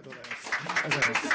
とうございます。ありがとうございます。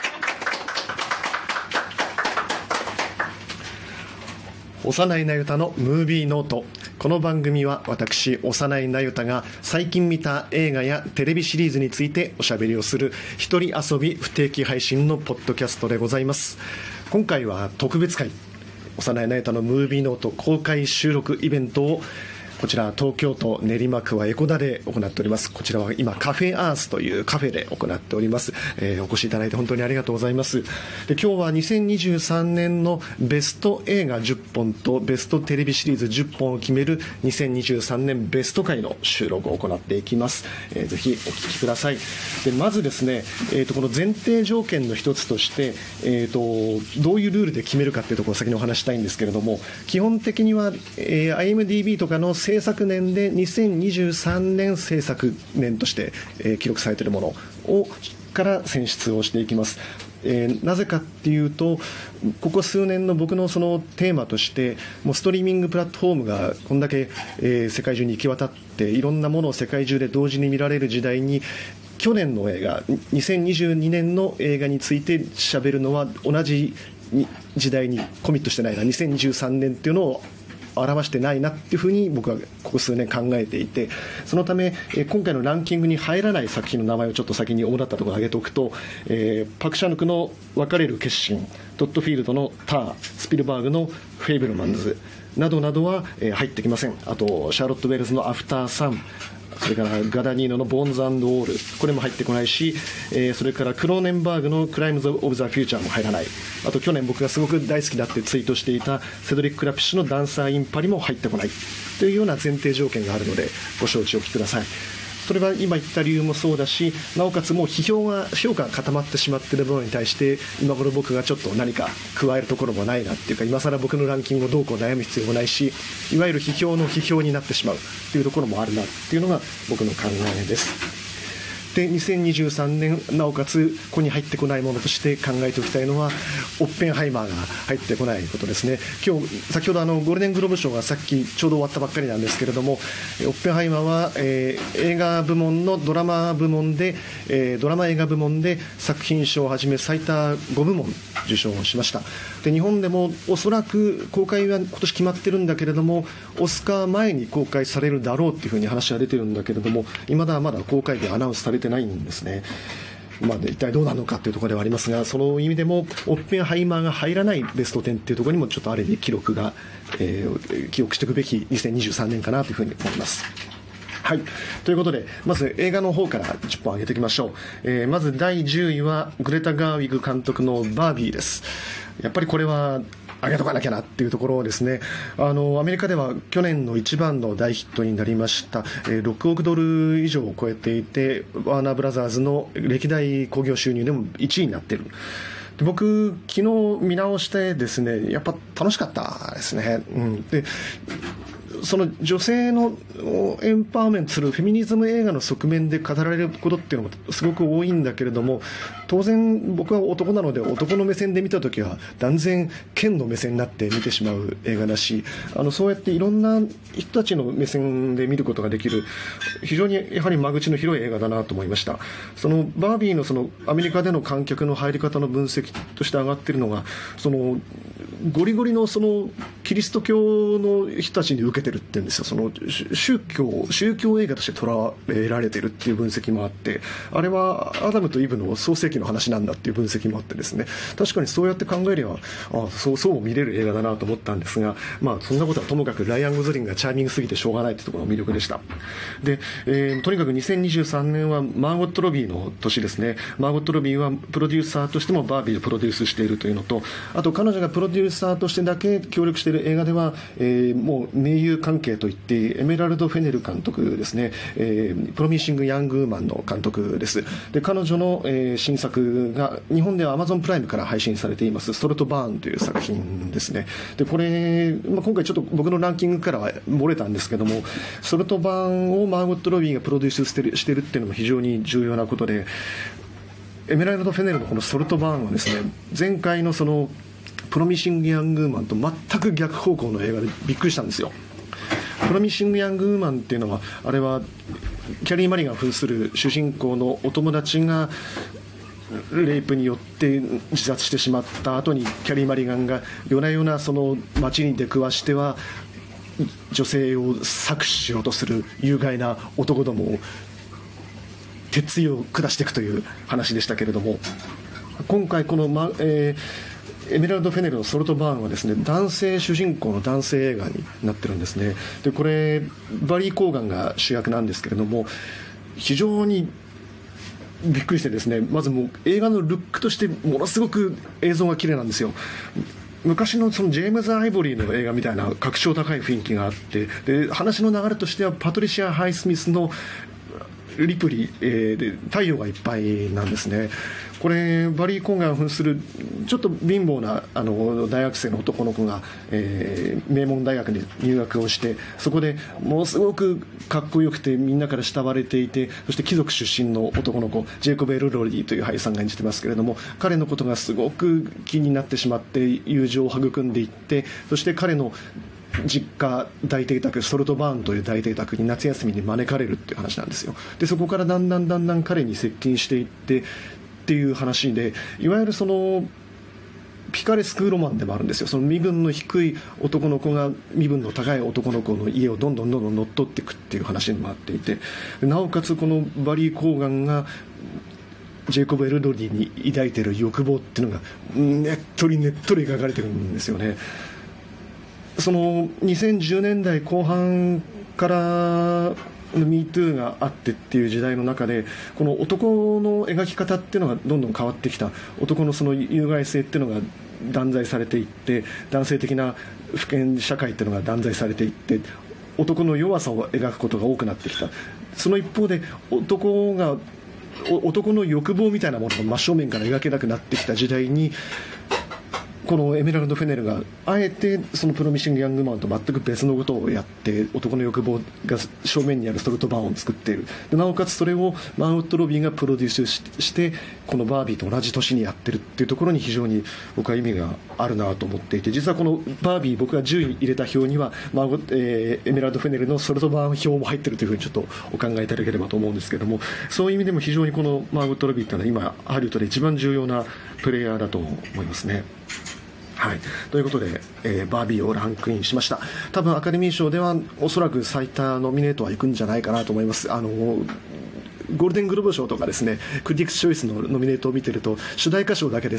幼いなゆたのムービーノート。この番組は私幼いなゆたが最近見た映画やテレビシリーズについておしゃべりをする一人遊び不定期配信のポッドキャストでございます。今回は特別会、幼いなゆたのムービーノート公開収録イベントをこちら東京都練馬区は江古田で行っております。こちらは今カフェアースというカフェで行っております。お越しいただいて本当にありがとうございます。で、今日は2023年のベスト映画10本とベストテレビシリーズ10本を決める2023年ベスト回の収録を行っていきます。ぜひお聞きください。で、まずですね、この前提条件の一つとして、どういうルールで決めるかというところを先にお話したいんですけれども、基本的には、IMDB とかの制作年で2023年制作年として、記録されているものをから選出をしていきます。なぜかっていうと、ここ数年の僕のそのテーマとして、もうストリーミングプラットフォームがこんだけ、世界中に行き渡っていろんなものを世界中で同時に見られる時代に、去年の映画2022年の映画について喋るのは同じ時代にコミットしてないな、2023年っていうのを表してないなっていうふうに僕はここ数年考えていて、そのため今回のランキングに入らない作品の名前をちょっと先に主だったところ挙げておくと、パク・シャヌクの別れる決心、トッドフィールドのター、スピルバーグのフェイブルマンズなどなどは入ってきません。あとシャーロット・ウェルズのアフター・サン、それからガダニーノのボーンズ&オール、これも入ってこないし、それからクローネンバーグのクライムズ・オブ・ザ・フューチャーも入らない。あと去年僕がすごく大好きだってツイートしていたセドリック・ラピッシュのダンサー・インパリも入ってこないというような前提条件があるのでご承知おきください。それは今言った理由もそうだし、なおかつもう評価が固まってしまっているものに対して今頃僕がちょっと何か加えるところもないなっていうか、今更僕のランキングをどうこう悩む必要もないし、いわゆる批評の批評になってしまうっていうところもあるなっていうのが僕の考えです。で、2023年なおかつここに入ってこないものとして考えておきたいのはオッペンハイマーが入ってこないことですね。今日先ほどゴールデングローブ賞がさっきちょうど終わったばっかりなんですけれども、オッペンハイマーは、映画部門のドラマ部門で、ドラマ映画部門で作品賞をはじめ最多5部門受賞しました。で、日本でもおそらく公開は今年決まってるんだけれども、オスカー前に公開されるだろうっていうふうに話が出てるんだけれども、まだ公開日アナウンスされてないんですね。一体どうなのかというところではありますが、その意味でもオッペンハイマーが入らないベスト10というところにもちょっとある意味記憶しておくべき2023年かなというふうに思います。はい、ということでまず映画の方から10本挙げていきましょう。まず第10位はグレタ・ガーウィグ監督のバービーです。やっぱりこれは上げとかなきゃなっていうところですね。アメリカでは去年の一番の大ヒットになりました。6億ドル以上を超えていて、ワーナーブラザーズの歴代興行収入でも1位になっている。で、僕昨日見直してですね、やっぱ楽しかったですね。で、その女性のエンパワーメントするフェミニズム映画の側面で語られることっていうのもすごく多いんだけれども、当然僕は男なので男の目線で見たときは断然剣の目線になって見てしまう映画だし、そうやっていろんな人たちの目線で見ることができる非常にやはり間口の広い映画だなと思いました。そのバービーのそのアメリカでの観客の入り方の分析として上がっているのが、そのゴリゴリのそのキリスト教の人たちに受けてるっていうんですよ。その宗教映画として捉えられてるっていう分析もあって、あれはアダムとイブの創世記の話なんだっていう分析もあってですね、確かにそうやって考えればそうも見れる映画だなと思ったんですが、そんなことはともかくライアン・ゴズリングがチャーミングすぎてしょうがないってところが魅力でした。で、とにかく2023年はマーゴット・ロビーの年ですね。マーゴット・ロビーはプロデューサーとしてもバービーをプロデュースしているというのと、あと彼女がプロデューサーとしてだけ協力している映画では、もう盟友関係といってエメラルド・フェネル監督ですね、プロミッシング・ヤング・ウーマンの監督です。で、彼女の、新作が日本では Amazon プライムから配信されていますソルト・バーンという作品ですね。で、これ、今回ちょっと僕のランキングからは漏れたんですけども、ソルト・バーンをマーゴット・ロビーがプロデュースしてるっていうのも非常に重要なことで、エメラルド・フェネルのこのソルト・バーンはですね、前回のそのプロミッシング・ヤング・ウーマンと全く逆方向の映画でびっくりしたんですよ。プロミッシング・ヤング・ウーマンっていうのは、あれはキャリー・マリガン扮する主人公のお友達がレイプによって自殺してしまった後にキャリー・マリガンが夜な夜なその街に出くわしては女性を搾取しようとする有害な男どもを鉄槌を下していくという話でしたけれども、今回この、エメラルド・フェネルのソルトバーンはですね、男性主人公の男性映画になってるんですね。でこれバリー・コーガンが主役なんですけれども、非常にびっくりしてですね、まずもう映画のルックとしてものすごく映像が綺麗なんですよ。昔のそのジェームズ・アイボリーの映画みたいな格調高い雰囲気があって、で話の流れとしてはパトリシア・ハイスミスのリプリー、で太陽がいっぱいなんですね。これバリー・コーガンを扮するちょっと貧乏な大学生の男の子が、名門大学に入学をして、そこでものすごくかっこよくてみんなから慕われていて、そして貴族出身の男の子ジェイコブ・エルロディという俳優さんが演じてますけれども、彼のことがすごく気になってしまって友情を育んでいって、そして彼の実家大邸宅ソルトバーンという大邸宅に夏休みに招かれるっていう話なんですよ。でそこからだんだん彼に接近していってっていう話で、いわゆるそのピカレスクロマンでもあるんですよ。その身分の低い男の子が身分の高い男の子の家をどんどん乗っ取っていくっていう話にもあっていて、なおかつこのバリー・コーガンがジェイコブ・エルドリーに抱いている欲望っていうのがねっとり描かれてるんですよね。その2010年代後半からMeToo があってっていう時代の中で、この男の描き方っていうのがどんどん変わってきた。男のその有害性っていうのが断罪されていって、男性的な父権社会っていうのが断罪されていって、男の弱さを描くことが多くなってきた。その一方で男の欲望みたいなものが真正面から描けなくなってきた時代に、このエメラルド・フェネルがあえてそのプロミシング・ヤングマンと全く別のことをやって、男の欲望が正面にあるソルトバーンを作っている。でなおかつそれをマーゴット・ロビーがプロデュースしてこのバービーと同じ年にやってるっていうところに非常に僕は意味があるなと思っていて、実はこのバービー僕が10位入れた表にはエメラルド・フェネルのソルトバーン表も入ってるというふうにちょっとお考えいただければと思うんですけども、そういう意味でも非常にこのマーゴット・ロビーというのは今ハリウッドで一番重要なプレイヤーだと思いますね。はい、ということで、バービーをランクインしました。多分アカデミー賞ではおそらく最多ノミネートはいくんじゃないかなと思います。ゴールデングローブ賞とかですね、クリティクスチョイスのノミネートを見てると主題歌賞だけで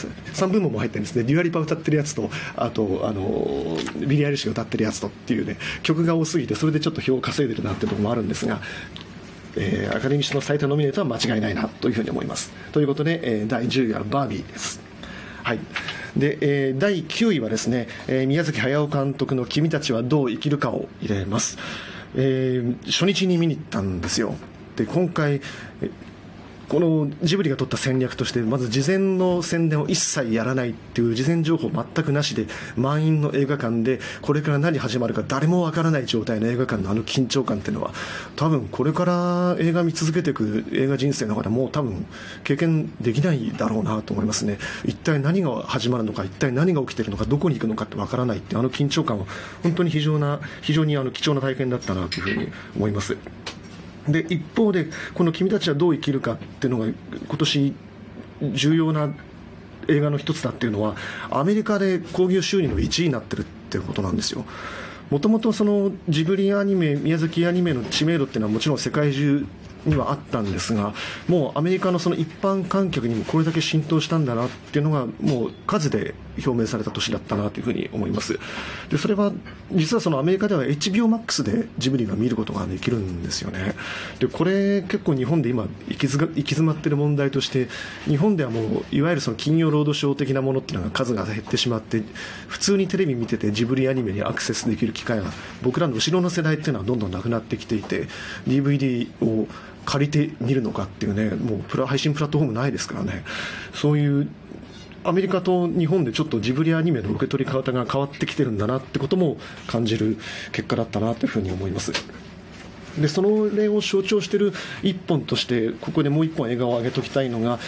3部門も入ってるんですね。デュアリパ歌ってるやつと、あとビリー・アイリッシュが歌ってるやつとっていうね、曲が多すぎてそれでちょっと票を稼いでるなっていうところもあるんですが、アカデミー賞の最多ノミネートは間違いないなというふうに思います。ということで、第10位はバービーです。はい。で、第9位はですね、宮崎駿監督の君たちはどう生きるかを入れます。初日に見に行ったんですよ。で今回このジブリが取った戦略として、まず事前の宣伝を一切やらないっていう、事前情報全くなしで満員の映画館でこれから何始まるか誰もわからない状態の映画館の緊張感っていうのは、多分これから映画見続けていく映画人生の中でもう多分経験できないだろうなと思いますね。一体何が始まるのか、一体何が起きているのか、どこに行くのかってわからないっていう緊張感は本当に非常に貴重な体験だったなというふうに思います。で一方でこの君たちはどう生きるかっていうのが今年重要な映画の一つだっていうのは、アメリカで興行収入の1位になってるっていうことなんですよ。もともとそのジブリアニメ、宮崎アニメの知名度っていうのはもちろん世界中にはあったんですが、もうアメリカのその一般観客にもこれだけ浸透したんだなっていうのがもう数で表明された年だったなというふうに思います。でそれは実はそのアメリカでは HBO Max でジブリが見ることができるんですよね。でこれ結構日本で今行き詰まっている問題として、日本ではもういわゆるその金曜ロードショー的なものっていうのが数が減ってしまって、普通にテレビ見ててジブリアニメにアクセスできる機会が僕らの後ろの世代っていうのはどんどんなくなってきていて、 DVD を借りて見るのかっていうね、もう配信プラットフォームないですからね。そういうアメリカと日本でちょっとジブリアニメの受け取り方が変わってきてるんだなってことも感じる結果だったなというふうに思います。 でその例を象徴している一本としてここでもう一本映画を挙げておきたいのが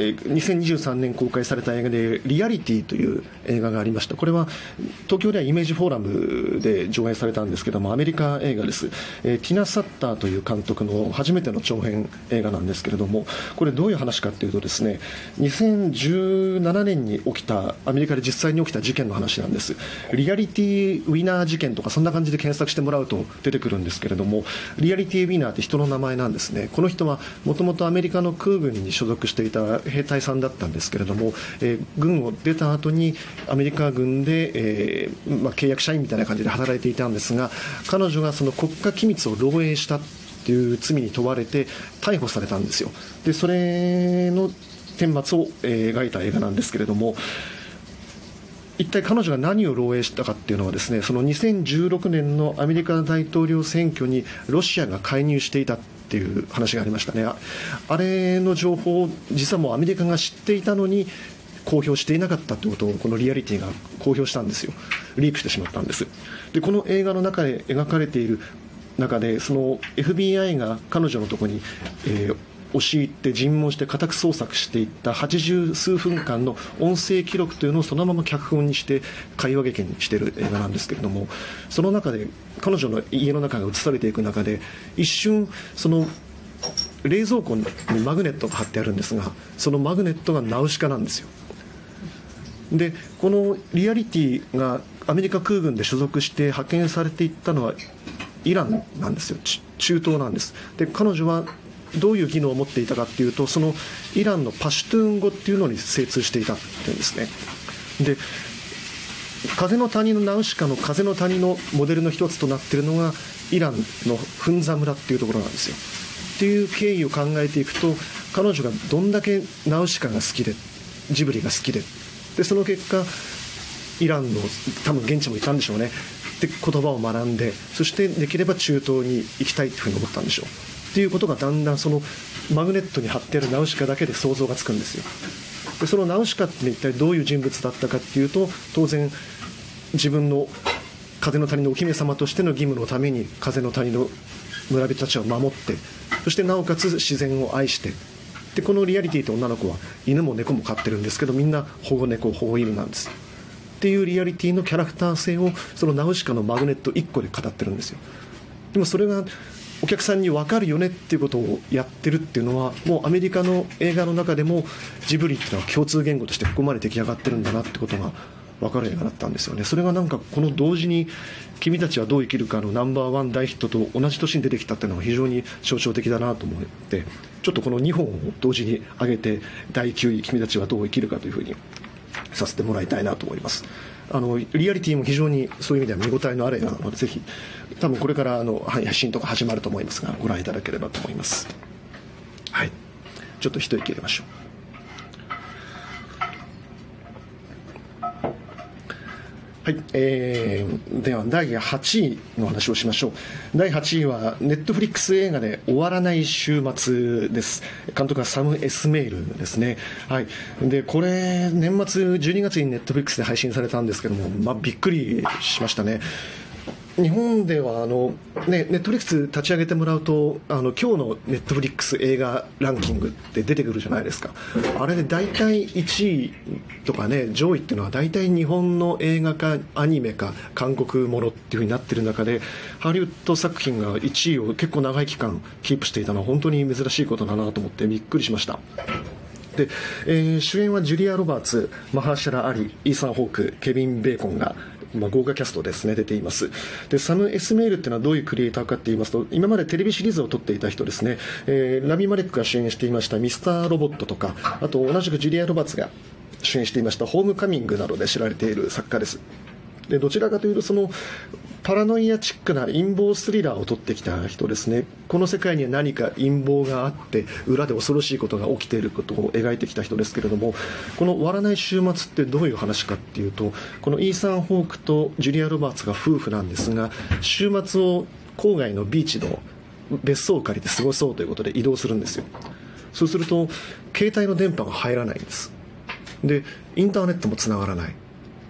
2023年公開された映画でリアリティという映画がありました。これは東京ではイメージフォーラムで上映されたんですけども、アメリカ映画です。ティナ・サッターという監督の初めての長編映画なんですけれども、これどういう話かというとですね、2017年に起きたアメリカで実際に起きた事件の話なんです。リアリティウィナー事件とかそんな感じで検索してもらうと出てくるんですけれども、リアリティウィナーって人の名前なんですね。この人はもともとアメリカの空軍に所属していた兵隊さんだったんですけれども、軍を出た後にアメリカ軍で、契約社員みたいな感じで働いていたんですが、彼女がその国家機密を漏洩したという罪に問われて逮捕されたんですよ。でそれの顛末を描いた映画なんですけれども、一体彼女が何を漏洩したかっていうのはですね、その2016年のアメリカ大統領選挙にロシアが介入していたっていう話がありましたね。あれの情報を実はもうアメリカが知っていたのに公表していなかったということをこのリアリティが公表したんですよ。リークしてしまったんです。でこの映画の中で描かれている中で、その FBI が彼女のところに、押し入って尋問して家宅捜索していった80数分間の音声記録というのをそのまま脚本にして会話劇にしている映画なんですけれども、その中で彼女の家の中が映されていく中で、一瞬その冷蔵庫にマグネットが貼ってあるんですが、そのマグネットがナウシカなんですよ。でこのリアリティがアメリカ空軍で所属して派遣されていったのはイランなんですよ。中東なんです。で彼女はどういう技能を持っていたかというと、そのイランのパシュトゥーン語っていうのに精通していたっていうんですね。で風の谷のナウシカの風の谷のモデルの一つとなっているのがイランのフンザ村っていうところなんですよ。っていう経緯を考えていくと、彼女がどんだけナウシカが好きでジブリが好きで、その結果イランの多分現地もいたんでしょうね。で言葉を学んで、そしてできれば中東に行きたいというふうに思ったんでしょう。っていうことがだんだんそのマグネットに貼ってあるナウシカだけで想像がつくんですよ。でそのナウシカって一体どういう人物だったかっていうと、当然自分の風の谷のお姫様としての義務のために風の谷の村人たちを守って、そしてなおかつ自然を愛して、でこのリアリティと女の子は犬も猫も飼ってるんですけど、みんな保護猫保護犬なんですっていうリアリティのキャラクター性をそのナウシカのマグネット1個で語ってるんですよ。でもそれがお客さんに分かるよねっていうことをやってるっていうのは、もうアメリカの映画の中でもジブリっていうのは共通言語としてここまで出来上がってるんだなってことが分かる映画だったんですよね。それがなんかこの同時に君たちはどう生きるかのナンバーワン大ヒットと同じ年に出てきたっていうのが非常に象徴的だなと思って、ちょっとこの2本を同時に上げて第9位君たちはどう生きるかというふうにさせてもらいたいなと思います。リアリティも非常にそういう意味では見応えのある映画なので、ぜひ多分これから配信とか始まると思いますが、ご覧いただければと思います。はい、ちょっと一息入れましょう。はい、では第8位の話をしましょう。第8位はネットフリックス映画で終わらない週末です。監督はサム・エスメイルですね。はい、でこれ年末12月にネットフリックスで配信されたんですけども、びっくりしましたね。日本ではネットフリックス立ち上げてもらうと今日のネットフリックス映画ランキングって出てくるじゃないですか。あれで大体1位とかね、上位っていうのは大体日本の映画かアニメか韓国ものっていう風になってる中で、ハリウッド作品が1位を結構長い期間キープしていたのは本当に珍しいことだなと思ってびっくりしました。で主演はジュリア・ロバーツ、マハーシャラ・アリ、イーサン・ホーク、ケビン・ベーコンが豪華キャストですね、出ています。でサム・エスメールっていうのはどういうクリエイターかって言いますと、今までテレビシリーズを撮っていた人ですね。ラビ・マレックが主演していましたミスターロボットとか、あと同じくジュリア・ロバーツが主演していましたホームカミングなどで知られている作家です。でどちらかというとそのパラノイアチックな陰謀スリラーを撮ってきた人ですね。この世界には何か陰謀があって裏で恐ろしいことが起きていることを描いてきた人ですけれども、この終わらない週末ってどういう話かっていうと、このイーサン・ホークとジュリア・ロバーツが夫婦なんですが、週末を郊外のビーチの別荘を借りて過ごそうということで移動するんですよ。そうすると携帯の電波が入らないんです。でインターネットもつながらない。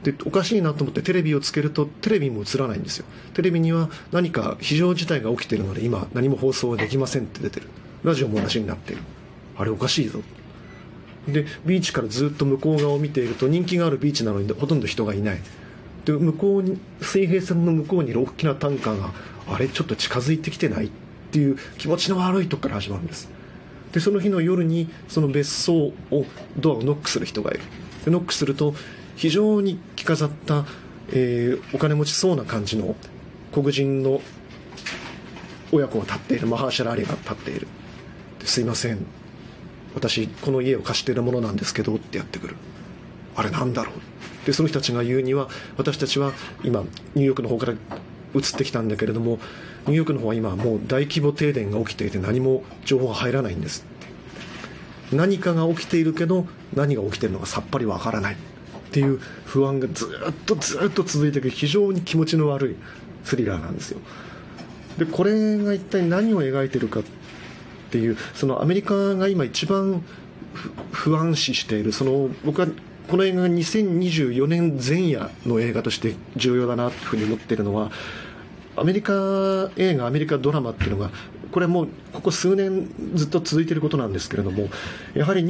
でおかしいなと思ってテレビをつけるとテレビも映らないんですよ。テレビには何か非常事態が起きているので今何も放送はできませんって出てる。ラジオも同じになっている。あれおかしいぞ。でビーチからずっと向こう側を見ていると人気があるビーチなのにほとんど人がいない。で向こうに水平線の向こうにいる大きなタンカーがあれちょっと近づいてきてないっていう気持ちの悪いとこから始まるんです。でその日の夜にその別荘をドアをノックする人がいる。でノックすると非常に着飾った、お金持ちそうな感じの黒人の親子が立っている。マハーシャル・アリが立っている。ですいません、私この家を貸しているものなんですけどってやってくる。あれなんだろう。でその人たちが言うには、私たちは今ニューヨークの方から移ってきたんだけれども、ニューヨークの方は今もう大規模停電が起きていて何も情報が入らないんです。何かが起きているけど何が起きているのかさっぱりわからないっていう不安がずっと続いていく非常に気持ちの悪いスリラーなんですよ。でこれが一体何を描いているかっていう、そのアメリカが今一番不安視している、その僕はこの映画が2024年前夜の映画として重要だなというふうに思っているのは、アメリカ映画、アメリカドラマっていうのがこれはもうここ数年ずっと続いていることなんですけれども、やはり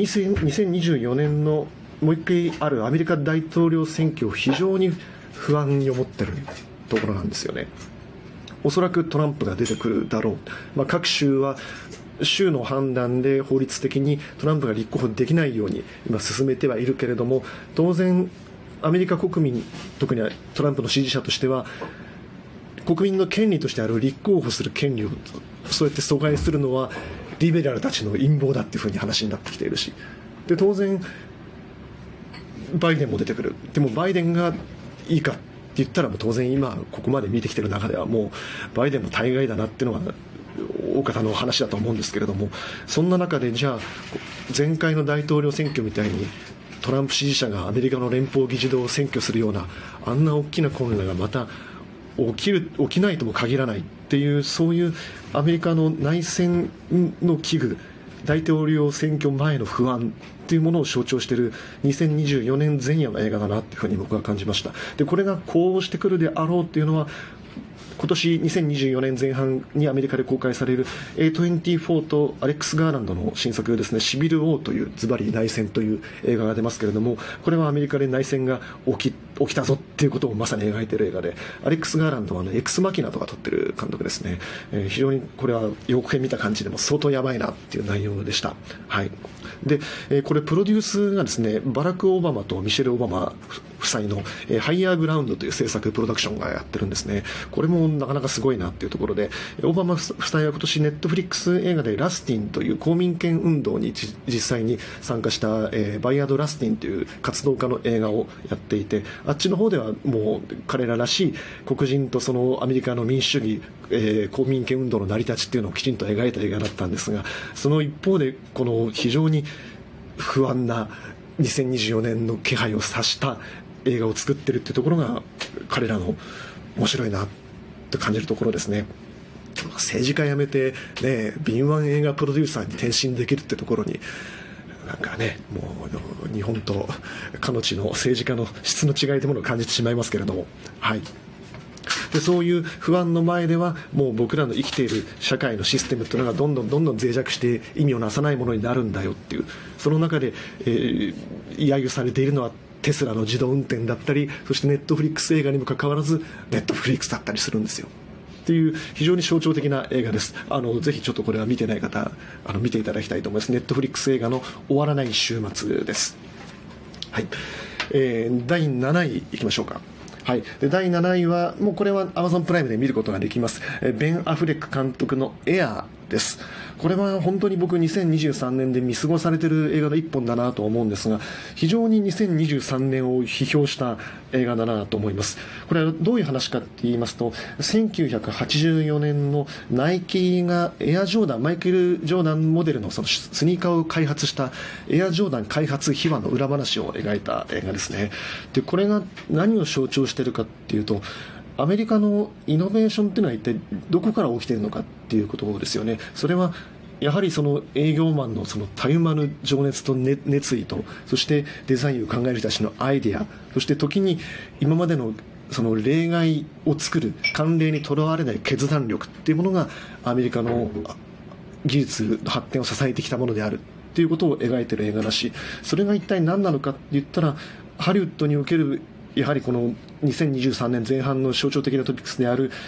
2024年のもう一回あるアメリカ大統領選挙を非常に不安に思っているところなんですよね。おそらくトランプが出てくるだろう、各州は州の判断で法律的にトランプが立候補できないように今進めてはいるけれども、当然アメリカ国民、特にはトランプの支持者としては国民の権利としてある立候補する権利をそうやって阻害するのはリベラルたちの陰謀だっていうふうに話になってきているし、で当然バイデンも出てくる。でもバイデンがいいかって言ったらもう当然今ここまで見てきている中ではもうバイデンも大概だなっていうのが大方の話だと思うんですけれども、そんな中でじゃあ前回の大統領選挙みたいにトランプ支持者がアメリカの連邦議事堂を占拠するようなあんな大きな混乱がまた起きないとも限らないっていう、そういうアメリカの内戦の危惧、大統領選挙前の不安っていうものを象徴している2024年前夜の映画だなっていうふうに僕は感じました。でこれがこうしてくるであろうっていうのは、今年2024年前半にアメリカで公開される A24 とアレックス・ガーランドの新作ですね、シビル・ウォーというズバリ内戦という映画が出ますけれども、これはアメリカで内戦が起きたぞっていうことをまさに描いている映画で、アレックス・ガーランドは、エクス・マキナとか撮ってる監督ですね。非常にこれは予告編見た感じでも相当やばいなっていう内容でした。はい。で、これプロデュースがですね、バラク・オバマとミシェル・オバマ夫妻の、ハイヤーグラウンドという制作プロダクションがやってるんですね。これもなかなかすごいなっていうところで、オバマ夫妻は今年ネットフリックス映画でラスティンという公民権運動に実際に参加した、バイヤード・ラスティンという活動家の映画をやっていて、あっちの方ではもう彼ららしい黒人とそのアメリカの民主主義、公民権運動の成り立ちっていうのをきちんと描いた映画だったんですが、その一方でこの非常に不安な2024年の気配を察した映画を作ってるっていうところが彼らの面白いなって感じるところですね。政治家辞めて、ね、敏腕映画プロデューサーに転身できるってところになんかね、もう日本とかの地の政治家の質の違いというものを感じてしまいますけれども、はい。でそういう不安の前ではもう僕らの生きている社会のシステムというのがどんどん脆弱して意味をなさないものになるんだよっていう、その中で、揶揄されているのはテスラの自動運転だったり、そしてネットフリックス映画にもかかわらずネットフリックスだったりするんですよっていう非常に象徴的な映画です。ぜひちょっとこれは見てない方見ていただきたいと思います。ネットフリックス映画の終わらない週末です。はい。第7位いきましょうか。はい、で第7位はもうこれは Amazon プライムで見ることができます。ベン・アフレック監督のエアーです。これは本当に僕2023年で見過ごされている映画の一本だなと思うんですが、非常に2023年を批評した映画だなと思います。これはどういう話かって言いますと、1984年のナイキがエアジョーダン、マイケル・ジョーダンモデルのそのスニーカーを開発したエアジョーダン開発秘話の裏話を描いた映画ですね。でこれが何を象徴しているかっていうと、アメリカのイノベーションっていうのは一体どこから起きているのかっていうことですよね。それはやはりその営業マンのそのたゆまぬ情熱と熱意と、そしてデザインを考える人たちのアイデア、そして時に今までのその例外を作る慣例にとらわれない決断力っていうものがアメリカの技術の発展を支えてきたものであるっていうことを描いている映画だし、それが一体何なのかって言ったら、ハリウッドにおけるやはりこの2023年前半の象徴的なトピックスである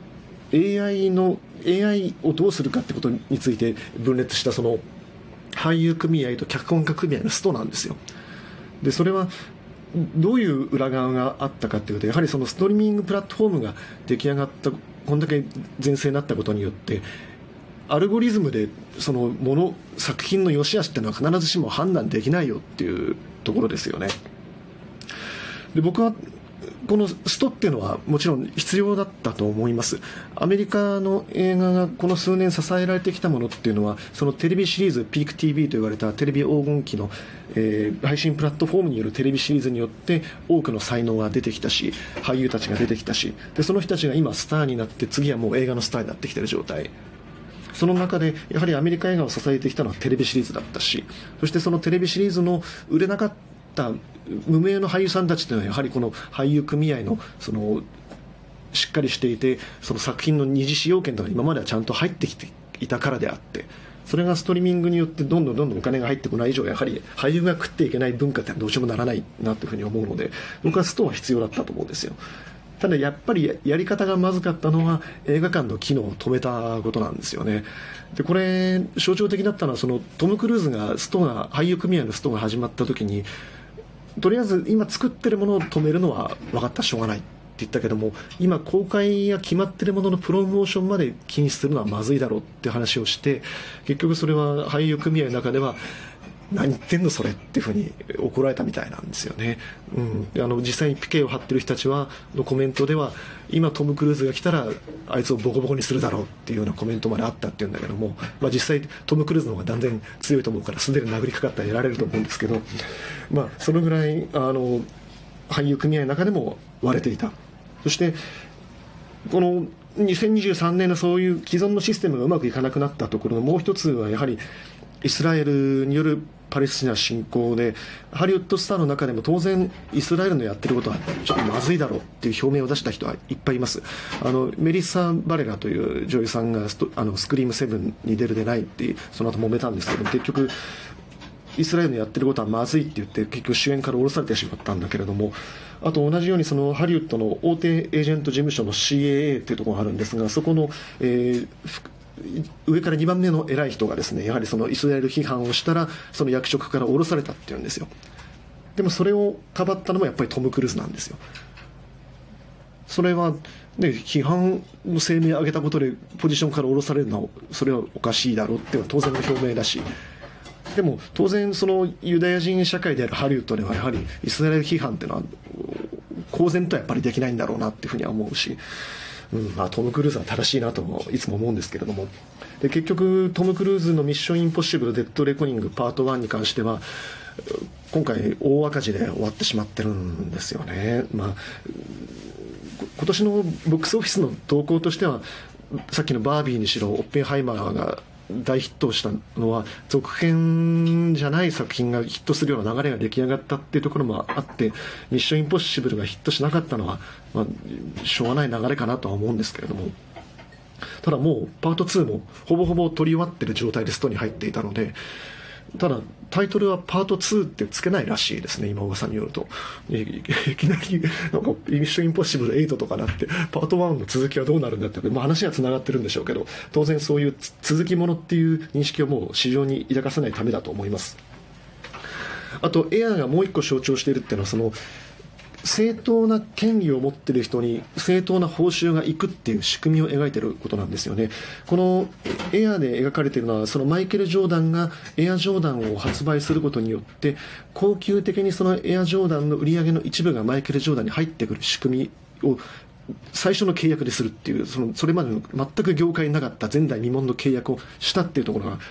AI をどうするかってことについて分裂したその俳優組合と脚本家組合のストなんですよ。でそれはどういう裏側があったかっていうと、やはりそのストリーミングプラットフォームが出来上がった、こんだけ全盛になったことによって、アルゴリズムでその作品の良し悪しっていうのは必ずしも判断できないよっていうところですよね。で僕はこのストっていうのはもちろん必要だったと思います。アメリカの映画がこの数年支えられてきたものっていうのは、そのテレビシリーズ、ピーク TV と言われたテレビ黄金期の、配信プラットフォームによるテレビシリーズによって多くの才能が出てきたし、俳優たちが出てきたし、でその人たちが今スターになって、次はもう映画のスターになってきている状態。その中でやはりアメリカ映画を支えてきたのはテレビシリーズだったし、そしてそのテレビシリーズの売れなかった無名の俳優さんたちというのは、やはりこの俳優組合のそのしっかりしていて、その作品の二次使用権とか今まではちゃんと入ってきていたからであって、それがストリーミングによってどんどんお金が入ってこない以上、やはり俳優が食っていけない文化ってどうしようもならないなというふうに思うので、僕はストは必要だったと思うんですよ。ただやっぱりやり方がまずかったのは映画館の機能を止めたことなんですよね。でこれ象徴的だったのは、そのトム・クルーズが俳優組合のストが始まった時に、とりあえず今作ってるものを止めるのは分かった、しょうがないって言ったけども、今公開が決まってるもののプロモーションまで禁止するのはまずいだろうって話をして、結局それは俳優組合の中では何言ってんのそれっていうふうに怒られたみたいなんですよね。実際にピケを張ってる人たちのコメントでは、今トム・クルーズが来たらあいつをボコボコにするだろうっていうようなコメントまであったっていうんだけども、実際トム・クルーズの方が断然強いと思うから、素手で殴りかかったらやられると思うんですけど、そのぐらい俳優組合の中でも割れていた。そしてこの2023年のそういう既存のシステムがうまくいかなくなったところのもう一つは、やはりイスラエルによるパレスチナ侵攻で、ハリウッドスターの中でも当然イスラエルのやってることはちょっとまずいだろうっていう表明を出した人はいっぱいいます。メリッサ・バレラという女優さんがスクリーム7に出る出ないってその後揉めたんですけど、結局イスラエルのやってることはまずいって言って結局主演から降ろされてしまったんだけれども、あと同じようにそのハリウッドの大手エージェント事務所の CAA っていうところがあるんですが、そこの、上から2番目の偉い人がですね、やはりそのイスラエル批判をしたらその役職から降ろされたっていうんですよ。でもそれをかばったのもやっぱりトム・クルーズなんですよ。それは、ね、批判の声明を上げたことでポジションから降ろされるのはそれはおかしいだろうっていうのは当然の表明だし、でも当然そのユダヤ人社会であるハリウッドではやはりイスラエル批判っていうのは公然とやっぱりできないんだろうなっていうふうには思うし、トム・クルーズは正しいなといつも思うんですけれども、で結局トム・クルーズのミッション・インポッシブル・デッド・レコニングパート1に関しては今回大赤字で終わってしまってるんですよね。今年のボックスオフィスの動向としては、さっきのバービーにしろオッペンハイマーが大ヒットしたのは続編じゃない作品がヒットするような流れが出来上がったっていうところもあって、ミッションインポッシブルがヒットしなかったのは、しょうがない流れかなとは思うんですけれども、ただもうパート2もほぼほぼ取り終わってる状態でストに入っていたので、ただタイトルはパート2ってつけないらしいですね、今噂によると。いきなりなんかミッションインポッシブル8とかなってパート1の続きはどうなるんだって、話はつながってるんでしょうけど、当然そういう続きものっていう認識をもう市場に抱かせないためだと思います。あとエアーがもう一個象徴しているっていうのは、その正当な権利を持っている人に正当な報酬がいくっていう仕組みを描いていることなんですよね。このエアーで描かれているのは、そのマイケル・ジョーダンがエアジョーダンを発売することによって恒久的にそのエアジョーダンの売り上げの一部がマイケル・ジョーダンに入ってくる仕組みを最初の契約でするっていう、それまでの全く業界になかった前代未聞の契約をしたっていうところが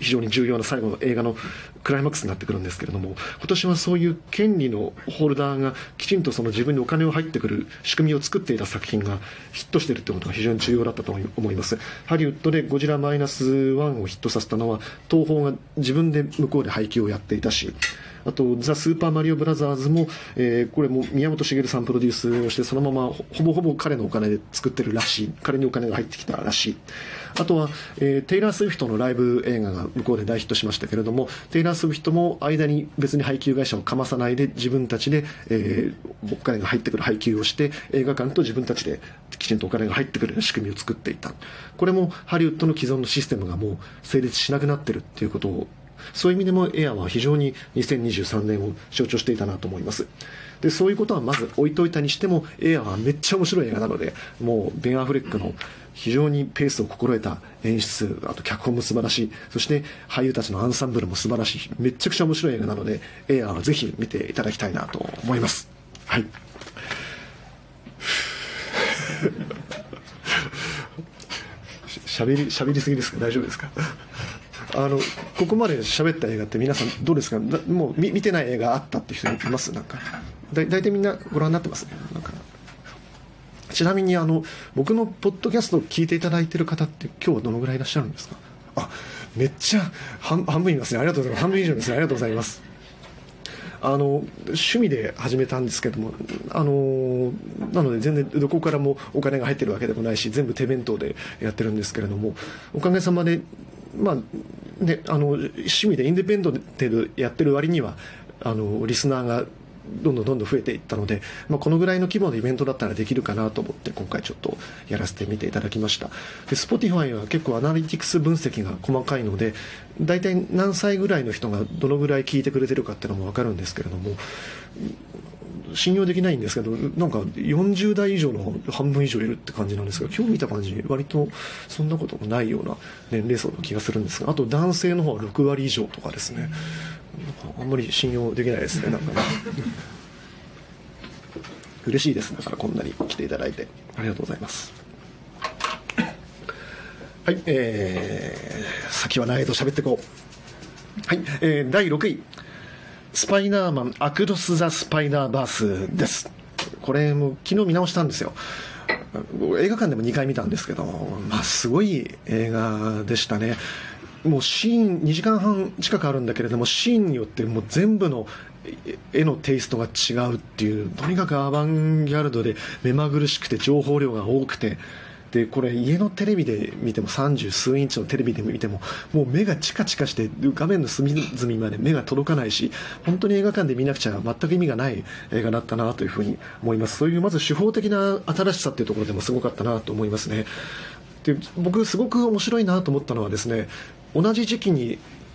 非常に重要な最後の映画のクライマックスになってくるんですけれども、今年はそういう権利のホルダーがきちんとその自分にお金を入ってくる仕組みを作っていた作品がヒットしているということが非常に重要だったと思います。ハリウッドでゴジラマイナス1をヒットさせたのは東宝が自分で向こうで配給をやっていたし、あとザ・スーパーマリオブラザーズも、これも宮本茂さんプロデュースをしてそのままほぼほぼ彼のお金で作ってるらしい、彼にお金が入ってきたらしい。あとは、テイラー・スウィフトのライブ映画が向こうで大ヒットしましたけれども、テイラー・スウィフトも間に別に配給会社をかまさないで自分たちで、お金が入ってくる配給をして映画館と自分たちできちんとお金が入ってくる仕組みを作っていた。これもハリウッドの既存のシステムがもう成立しなくなっているっていうことを、そういう意味でもエアは非常に2023年を象徴していたなと思います。でそういうことはまず置いといたにしても、エアはめっちゃ面白い映画なので、もうベン・アフレックの非常にペースを心得た演出、あと脚本も素晴らしい、そして俳優たちのアンサンブルも素晴らしい、めちゃくちゃ面白い映画なので、エアはぜひ見ていただきたいなと思います。はい。しゃべりすぎですか？大丈夫ですか？ここまで喋った映画って皆さんどうですか？もう見てない映画あったっていう人います？なんか大体みんなご覧になってますね。なんかちなみに僕のポッドキャストを聞いていただいている方って今日はどのぐらいいらっしゃるんですか？めっちゃ半分いますね。ありがとうございます。半分以上ですね。ありがとうございます。趣味で始めたんですけども、なので全然どこからもお金が入ってるわけでもないし、全部手弁当でやってるんですけれども、おかげさまで趣味でインディペンデントでやってる割にはリスナーがどんどん増えていったので、このぐらいの規模のイベントだったらできるかなと思って今回ちょっとやらせてみていただきました。で Spotify は結構アナリティクス分析が細かいので、大体何歳ぐらいの人がどのぐらい聞いてくれてるかっていうのも分かるんですけれども、信用できないんですけど、なんか40代以上の半分以上いるって感じなんですが、今日見た感じ割とそんなこともないような年齢層の気がするんですが、あと男性の方は6割以上とかですね、なんかあんまり信用できないですね。なんかね嬉しいです。だからこんなに来ていただいてありがとうございます。はい、先はないと喋っていこう。はい、第6位スパイダーマンアクロス・ザ・スパイダーバースです。これも昨日見直したんですよ。映画館でも2回見たんですけど、すごい映画でしたね。もうシーン2時間半近くあるんだけれども、シーンによってもう全部の絵のテイストが違うっていう、とにかくアバンギャルドで目まぐるしくて情報量が多くて、でこれ家のテレビで見ても30数インチのテレビで見てももう目がチカチカして画面の隅々まで目が届かないし、本当に映画館で見なくちゃ全く意味がない映画だったなというふうに思います。そういうまず手法的な新しさっていうところでもすごかったなと思いますね。で僕すごく面白いなと思ったのはですね、同じ時期に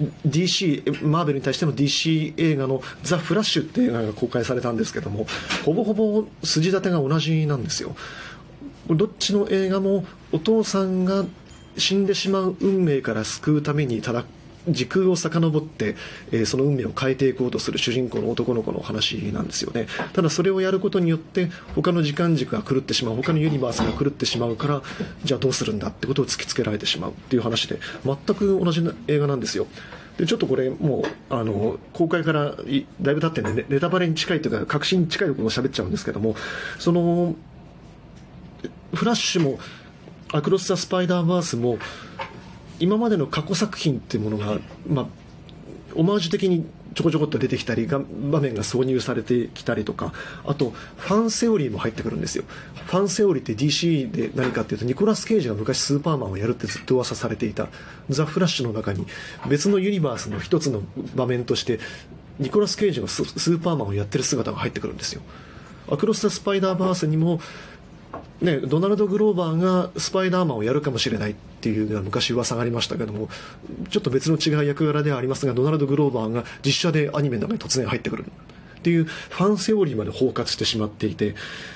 DC マーベルに対しての DC 映画のザ・フラッシュっていう映画が公開されたんですけども、ほぼほぼ筋立てが同じなんですよ。どっちの映画もお父さんが死んでしまう運命から救うためにただ時空を遡って、その運命を変えていこうとする主人公の男の子の話なんですよね。ただそれをやることによって他の時間軸が狂ってしまう、他のユニバースが狂ってしまうから、じゃあどうするんだってことを突きつけられてしまうっていう話で、全く同じ映画なんですよ。でちょっとこれもう公開からだいぶ経ってね、ネタバレに近いというか確信に近いところを喋っちゃうんですけども、そのフラッシュもアクロス・ザ・スパイダーバースも今までの過去作品っていうものが、オマージュ的にちょこちょこっと出てきたり場面が挿入されてきたりとか、あとファンセオリーも入ってくるんですよ。ファンセオリーって DC で何かっていうと、ニコラス・ケイジが昔スーパーマンをやるってずっと噂されていたザ・フラッシュの中に別のユニバースの一つの場面としてニコラス・ケイジがスーパーマンをやってる姿が入ってくるんですよ。アクロス・ザ・スパイダーバースにもね、ドナルド・グローバーがスパイダーマンをやるかもしれないっていうのは昔噂がありましたけども、ちょっと別の違う役柄ではありますが、ドナルド・グローバーが実写でアニメの中に突然入ってくるっていうファンセオリーまで包括してしまっていて、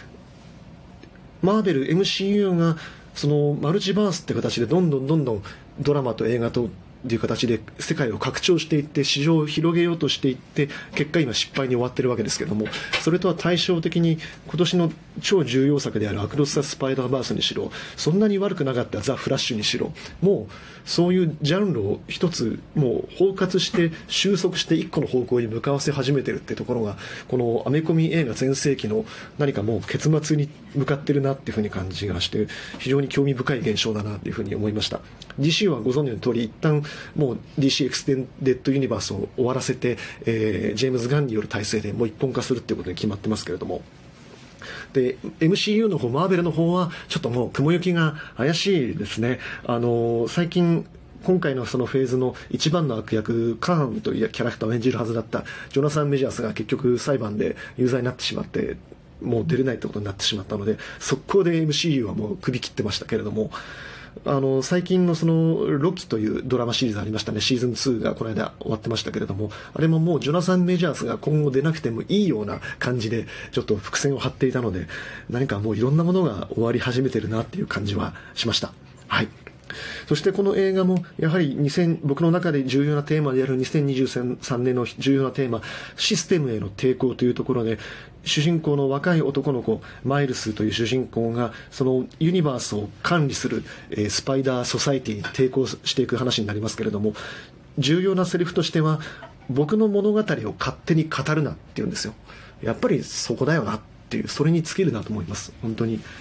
マーベル MCU がそのマルチバースって形でどんどんドラマと映画とという形で世界を拡張していって市場を広げようとしていって、結果今失敗に終わってるわけですけども、それとは対照的に今年の超重要作であるアクロス・ザ・スパイダーバースにしろ、そんなに悪くなかったザ・フラッシュにしろ、もうそういうジャンルを一つもう包括して収束して一個の方向に向かわせ始めてるってところが、このアメコミ映画全盛期の何かもう結末に向かってるなっていうふうに感じがして、非常に興味深い現象だなっていうふうに思いました。 DC はご存知の通り一旦もう DC エクステンデッドユニバースを終わらせて、ジェームズ・ガンによる体制でもう一本化するっていうことに決まってますけれども、で MCU の方、マーベルの方はちょっともう雲行きが怪しいですね。最近今回のそのフェーズの一番の悪役カーンというキャラクターを演じるはずだったジョナサン・メジャースが結局裁判で有罪になってしまって、もう出れないってことになってしまったので、速攻で MCU はもう首切ってましたけれども、最近のそのロキというドラマシリーズありましたね。シーズン2がこの間終わってましたけれども、あれももうジョナサン・メジャースが今後出なくてもいいような感じでちょっと伏線を張っていたので、何かもういろんなものが終わり始めてるなっていう感じはしました。はい。そしてこの映画もやはり僕の中で重要なテーマである2023年の重要なテーマ、システムへの抵抗というところで、主人公の若い男の子マイルスという主人公がそのユニバースを管理するスパイダーソサイティに抵抗していく話になりますけれども、重要なセリフとしては、僕の物語を勝手に語るなって言うんですよ。やっぱりそこだよなっていう、それに尽きるなと思います。本当に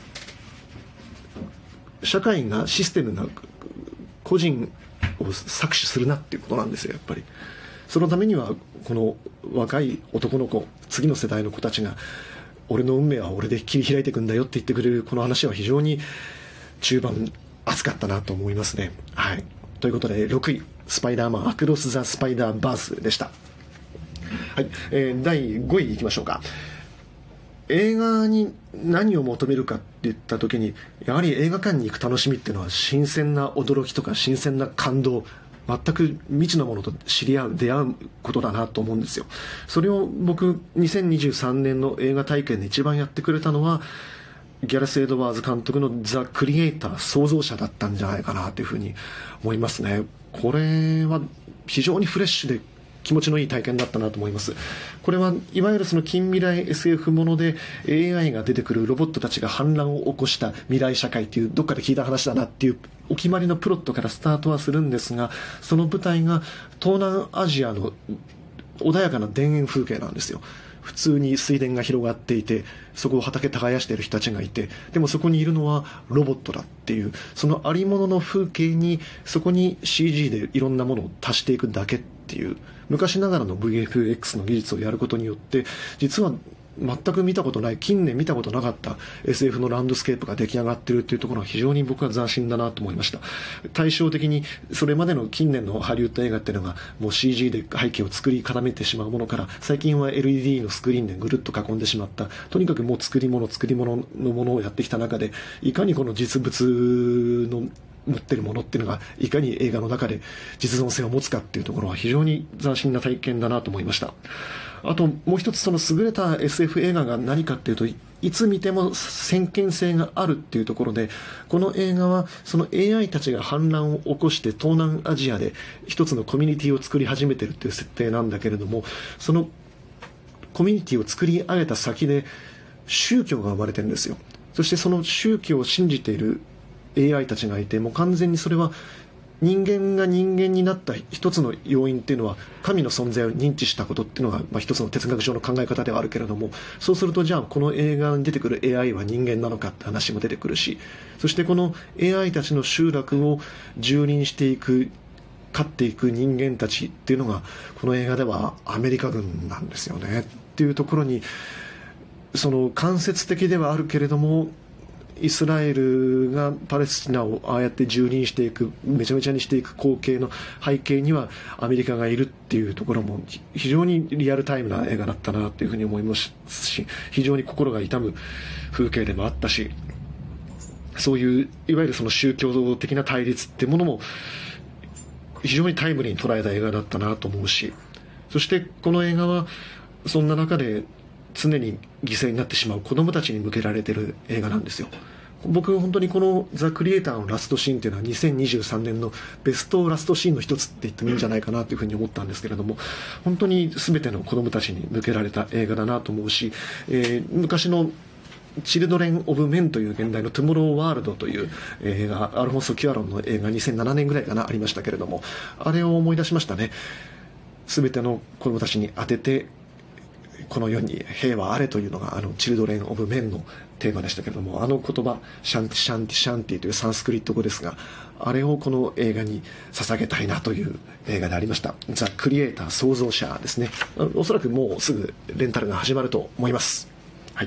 社会がシステムが個人を搾取するなっていうことなんですよ。やっぱりそのためにはこの若い男の子、次の世代の子たちが俺の運命は俺で切り開いていくんだよって言ってくれるこの話は非常に中盤熱かったなと思いますね。はい。ということで6位スパイダーマンアクロス・ザ・スパイダーバースでした。はい、第5位いきましょうか。映画に何を求めるかって言った時に、やはり映画館に行く楽しみっていうのは新鮮な驚きとか新鮮な感動、全く未知のものと知り合う出会うことだなと思うんですよ。それを僕2023年の映画体験で一番やってくれたのはギャレス・エドワーズ監督のザ・クリエイター、創造者だったんじゃないかなというふうに思いますね。これは非常にフレッシュで気持ちのいい体験だったなと思います。これはいわゆるその近未来 SF もので AI が出てくるロボットたちが反乱を起こした未来社会っていうどっかで聞いた話だなっていうお決まりのプロットからスタートはするんですが、その舞台が東南アジアの穏やかな田園風景なんですよ。普通に水田が広がっていて、そこを畑耕している人たちがいて、でもそこにいるのはロボットだっていう、そのありものの風景にそこに CG でいろんなものを足していくだけっていう、昔ながらの VFX の技術をやることによって、実は全く見たことない、近年見たことなかった SF のランドスケープが出来上がっているっていうところは非常に僕は斬新だなと思いました。対照的にそれまでの近年のハリウッド映画っていうのがもう CG で背景を作り固めてしまうものから、最近は LED のスクリーンでぐるっと囲んでしまった、とにかくもう作り物のものをやってきた中で、いかにこの実物の持ってるものっていうのがいかに映画の中で実存性を持つかっていうところは非常に斬新な体験だなと思いました。あともう一つ、その優れた SF 映画が何かっていうと、いつ見ても先見性があるっていうところで、この映画はその AI たちが反乱を起こして東南アジアで一つのコミュニティを作り始めてるっていう設定なんだけれども、そのコミュニティを作り上げた先で宗教が生まれてるんですよ。そしてその宗教を信じている AI たちがいて、もう完全にそれは人間が人間になった一つの要因っていうのは神の存在を認知したことっていうのが一つの哲学上の考え方ではあるけれども、そうするとじゃあこの映画に出てくる AI は人間なのかって話も出てくるし、そしてこの AI たちの集落を蹂躙していく、勝っていく人間たちっていうのがこの映画ではアメリカ軍なんですよねっていうところに、その間接的ではあるけれども、イスラエルがパレスチナをああやって蹂躙していく、めちゃめちゃにしていく光景の背景にはアメリカがいるっていうところも非常にリアルタイムな映画だったなというふうに思いますし、非常に心が痛む風景でもあったし、そういういわゆるその宗教的な対立ってものも非常にタイムリーに捉えた映画だったなと思うし、そしてこの映画はそんな中で常に犠牲になってしまう子供たちに向けられている映画なんですよ。 僕本当にこのザ・クリエイターのラストシーンというのは2023年のベストラストシーンの一つって言ってもいいんじゃないかなというふうに思ったんですけれども、本当に全ての子どもたちに向けられた映画だなと思うし、昔のチルドレン・オブ・メンという現代のトゥモロー・ワールドという映画、アルフォンソ・キュアロンの映画2007年ぐらいかなありましたけれども、あれを思い出しましたね。全ての子どもたちに当ててこの世に平和あれというのがチルドレン・オブ・メンのテーマでしたけれども、言葉シャンティシャンティシャンティというサンスクリット語ですが、あれをこの映画に捧げたいなという映画でありました。ザ・クリエイター創造者ですね。おそらくもうすぐレンタルが始まると思います。はい。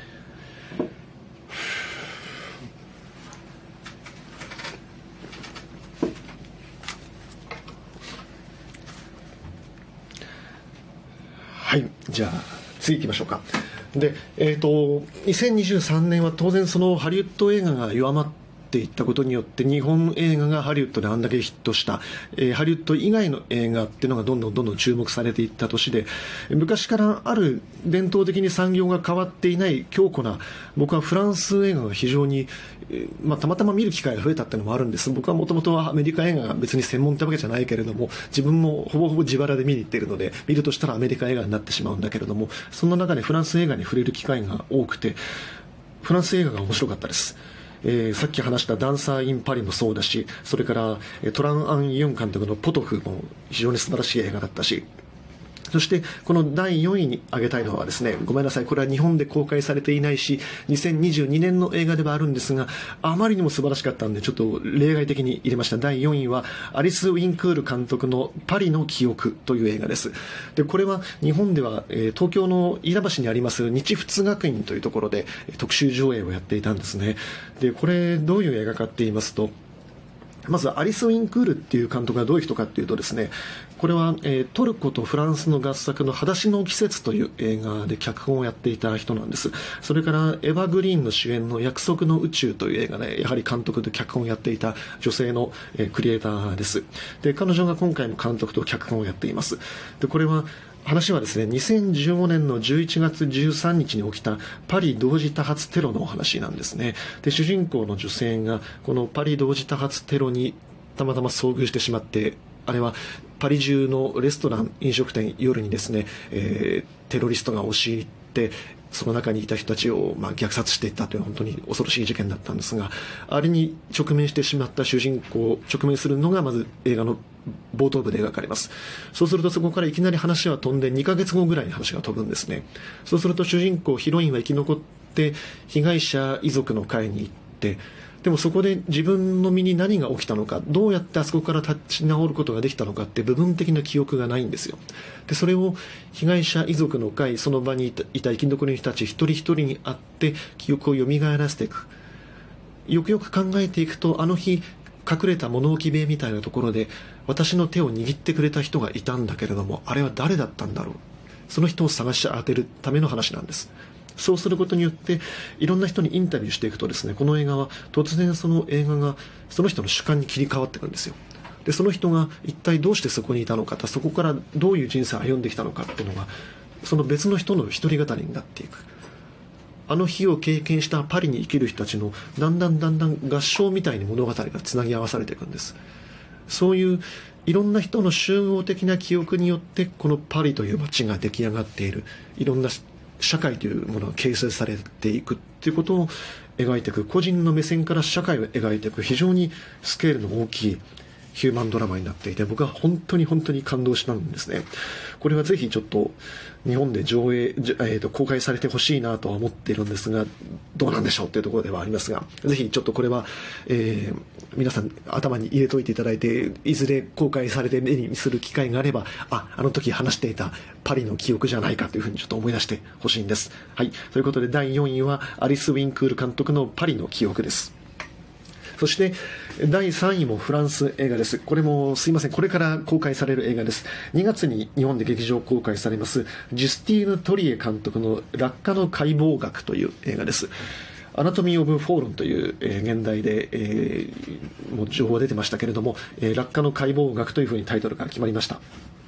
はい、じゃあ次行きましょうか。で、2023年は当然そのハリウッド映画が弱まっていったことによって日本映画がハリウッドであんだけヒットした、ハリウッド以外の映画っていうのがどんどん注目されていった年で、昔からある伝統的に産業が変わっていない強固な、僕はフランス映画が非常に、たまたま見る機会が増えたっていうのもあるんです。僕はもともとはアメリカ映画が別に専門ってわけじゃないけれども、自分もほぼほぼ自腹で見に行っているので、見るとしたらアメリカ映画になってしまうんだけれども、そんな中でフランス映画に触れる機会が多くて、フランス映画が面白かったです。さっき話したダンサー・イン・パリもそうだし、それからトラン・アン・ユン監督のポトフも非常に素晴らしい映画だったし、そしてこの第4位に挙げたいのはですね、ごめんなさい、これは日本で公開されていないし2022年の映画ではあるんですが、あまりにも素晴らしかったんでちょっと例外的に入れました。第4位はアリス・ウィンクール監督のパリの記憶という映画です。でこれは日本では、東京の飯田橋にあります日仏学院というところで特集上映をやっていたんですね。でこれどういう映画かって言いますと、まずアリス・ウィンクールっていう監督がどういう人かっていうとですね、これは、トルコとフランスの合作の裸足の季節という映画で脚本をやっていた人なんです。それからエヴァ・グリーンの主演の約束の宇宙という映画でやはり監督で脚本をやっていた女性の、クリエイターです。で彼女が今回も監督と脚本をやっています。でこれは話はですね、2015年の11月13日に起きたパリ同時多発テロのお話なんですね。で主人公の女性がこのパリ同時多発テロにたまたま遭遇してしまって、あれはパリ中のレストラン飲食店夜にですね、テロリストが押し入ってその中にいた人たちを虐殺していったという本当に恐ろしい事件だったんですが、あれに直面してしまった主人公、直面するのがまず映画の冒頭部で描かれます。そうするとそこからいきなり話は飛んで2ヶ月後ぐらいに話が飛ぶんですね。そうすると主人公ヒロインは生き残って被害者遺族の会に行って、でもそこで自分の身に何が起きたのか、どうやってあそこから立ち直ることができたのかって部分的な記憶がないんですよ。でそれを被害者遺族の会、その場にいた生き残りの人たち一人一人に会って記憶を蘇らせていく。よくよく考えていくと、あの日隠れた物置部屋みたいなところで私の手を握ってくれた人がいたんだけれども、あれは誰だったんだろう。その人を探し当てるための話なんです。そうすることによっていろんな人にインタビューしていくとですね、この映画は突然その映画がその人の主観に切り替わっていくんですよ。でその人が一体どうしてそこにいたのか、そこからどういう人生を歩んできたのかっていうのが、その別の人の一人語りになっていく。あの日を経験したパリに生きる人たちのだんだん合唱みたいに物語がつなぎ合わされていくんです。そういういろんな人の集合的な記憶によってこのパリという街が出来上がっている、いろんな社会というものが形成されていくということを描いていく、個人の目線から社会を描いていく非常にスケールの大きいヒューマンドラマになっていて、僕は本当に感動したんですね。これはぜひちょっと日本で公開されてほしいなとは思っているんですが、どうなんでしょうというところではありますが、ぜひちょっとこれは、皆さん頭に入れといていただいて、いずれ公開されて目にする機会があれば、あの時話していたパリの記憶じゃないかというふうにちょっと思い出してほしいんです。はい、ということで第4位はアリス・ウィンクール監督のパリの記憶です。そして第3位もフランス映画です。これもすいません、これから公開される映画です。2月に日本で劇場公開されますジュスティーヌ・トリエ監督の落下の解剖学という映画です。アナトミー・オブ・フォールンという、現代で、もう情報が出てましたけれども、落下の解剖学というふうにタイトルが決まりました。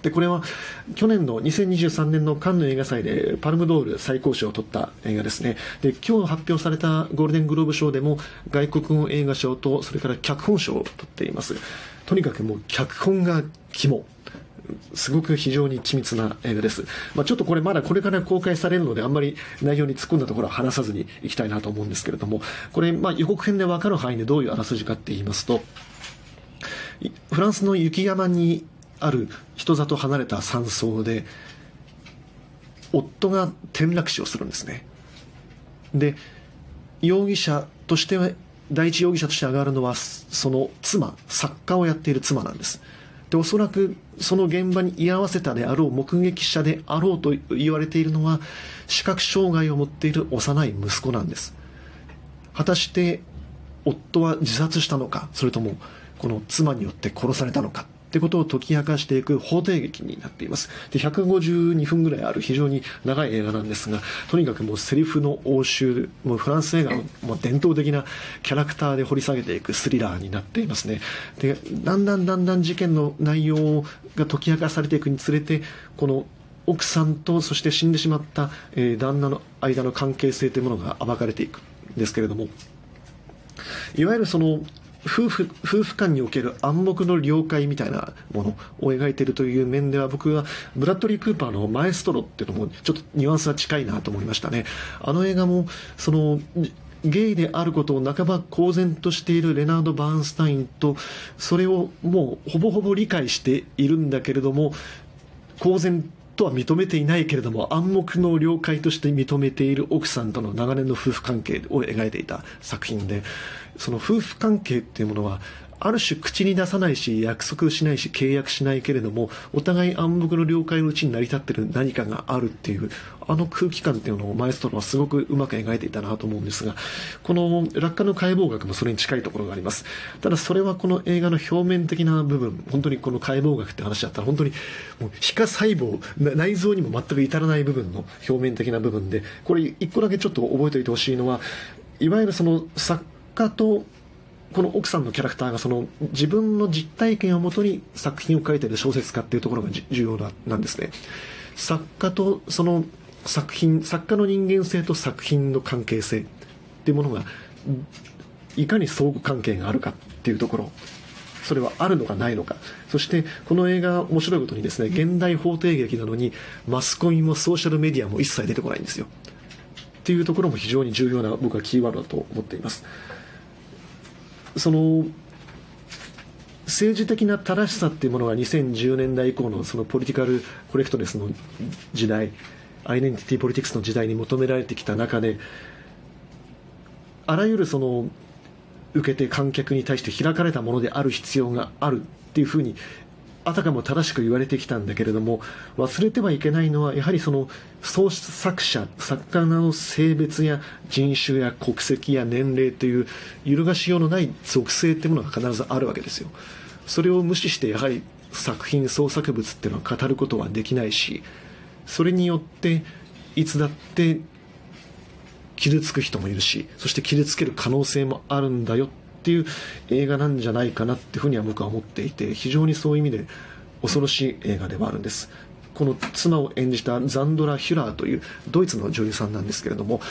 でこれは去年の2023年のカンヌ映画祭でパルムドール最高賞を取った映画ですね。で今日発表されたゴールデングローブ賞でも外国語映画賞とそれから脚本賞を取っています。とにかくもう脚本が肝、すごく非常に緻密な映画です。ちょっとこれまだこれから公開されるのであんまり内容に突っ込んだところは話さずにいきたいなと思うんですけれども、これ予告編で分かる範囲でどういうあらすじかって言いますと、フランスの雪山にある人里離れた山荘で夫が転落死をするんですね。で容疑者としては第一容疑者として挙がるのはその妻、作家をやっている妻なんです。でおそらくその現場に居合わせたであろう目撃者であろうと言われているのは視覚障害を持っている幼い息子なんです。果たして夫は自殺したのか、それともこの妻によって殺されたのかということを解き明かしていく法廷劇になっています。で152分ぐらいある非常に長い映画なんですが、とにかくもうセリフの応酬、もうフランス映画のもう伝統的なキャラクターで掘り下げていくスリラーになっていますね。でだんだん事件の内容が解き明かされていくにつれて、この奥さんとそして死んでしまった、旦那の間の関係性というものが暴かれていくんですけれども、いわゆるその夫婦間における暗黙の了解みたいなものを描いているという面では、僕はブラッドリー・クーパーのマエストロっていうのもちょっとニュアンスは近いなと思いましたね。あの映画もそのゲイであることを半ば公然としているレナード・バーンスタインと、それをもうほぼほぼ理解しているんだけれども公然とは認めていないけれども暗黙の了解として認めている奥さんとの長年の夫婦関係を描いていた作品で、その夫婦関係っていうものはある種口に出さないし約束しないし契約しないけれどもお互い暗黙の了解のうちに成り立っている何かがあるっていうあの空気感っていうのをマエストロはすごくうまく描いていたなと思うんですが、この落下の解剖学もそれに近いところがあります。ただそれはこの映画の表面的な部分、本当にこの解剖学って話だったら本当にもう皮下細胞内臓にも全く至らない部分の表面的な部分で、これ一個だけちょっと覚えておいてほしいのは、いわゆるその作家とこの奥さんのキャラクターがその自分の実体験をもとに作品を書いている小説家っていうところが重要なんですね。作家とその作家の人間性と作品の関係性っていうものがいかに相互関係があるかっていうところ、それはあるのかないのか。そしてこの映画面白いことにですね、現代法廷劇なのにマスコミもソーシャルメディアも一切出てこないんですよっていうところも非常に重要な僕はキーワードだと思っています。その政治的な正しさっていうものが2010年代以降のそのポリティカルコレクトネスの時代、アイデンティティポリティクスの時代に求められてきた中で、あらゆるその受け手観客に対して開かれたものである必要があるっていうふうにあたかも正しく言われてきたんだけれども、忘れてはいけないのはやはりその創作者作家の性別や人種や国籍や年齢という揺るがしようのない属性っていうものが必ずあるわけですよ。それを無視してやはり作品創作物っていうのは語ることはできないし、それによっていつだって傷つく人もいるし、そして傷つける可能性もあるんだよっていう映画なんじゃないかなっていうふうには僕は思っていて、非常にそういう意味で恐ろしい映画ではあるんです。この妻を演じたザンドラ・ヒュラーというドイツの女優さんなんですけれども、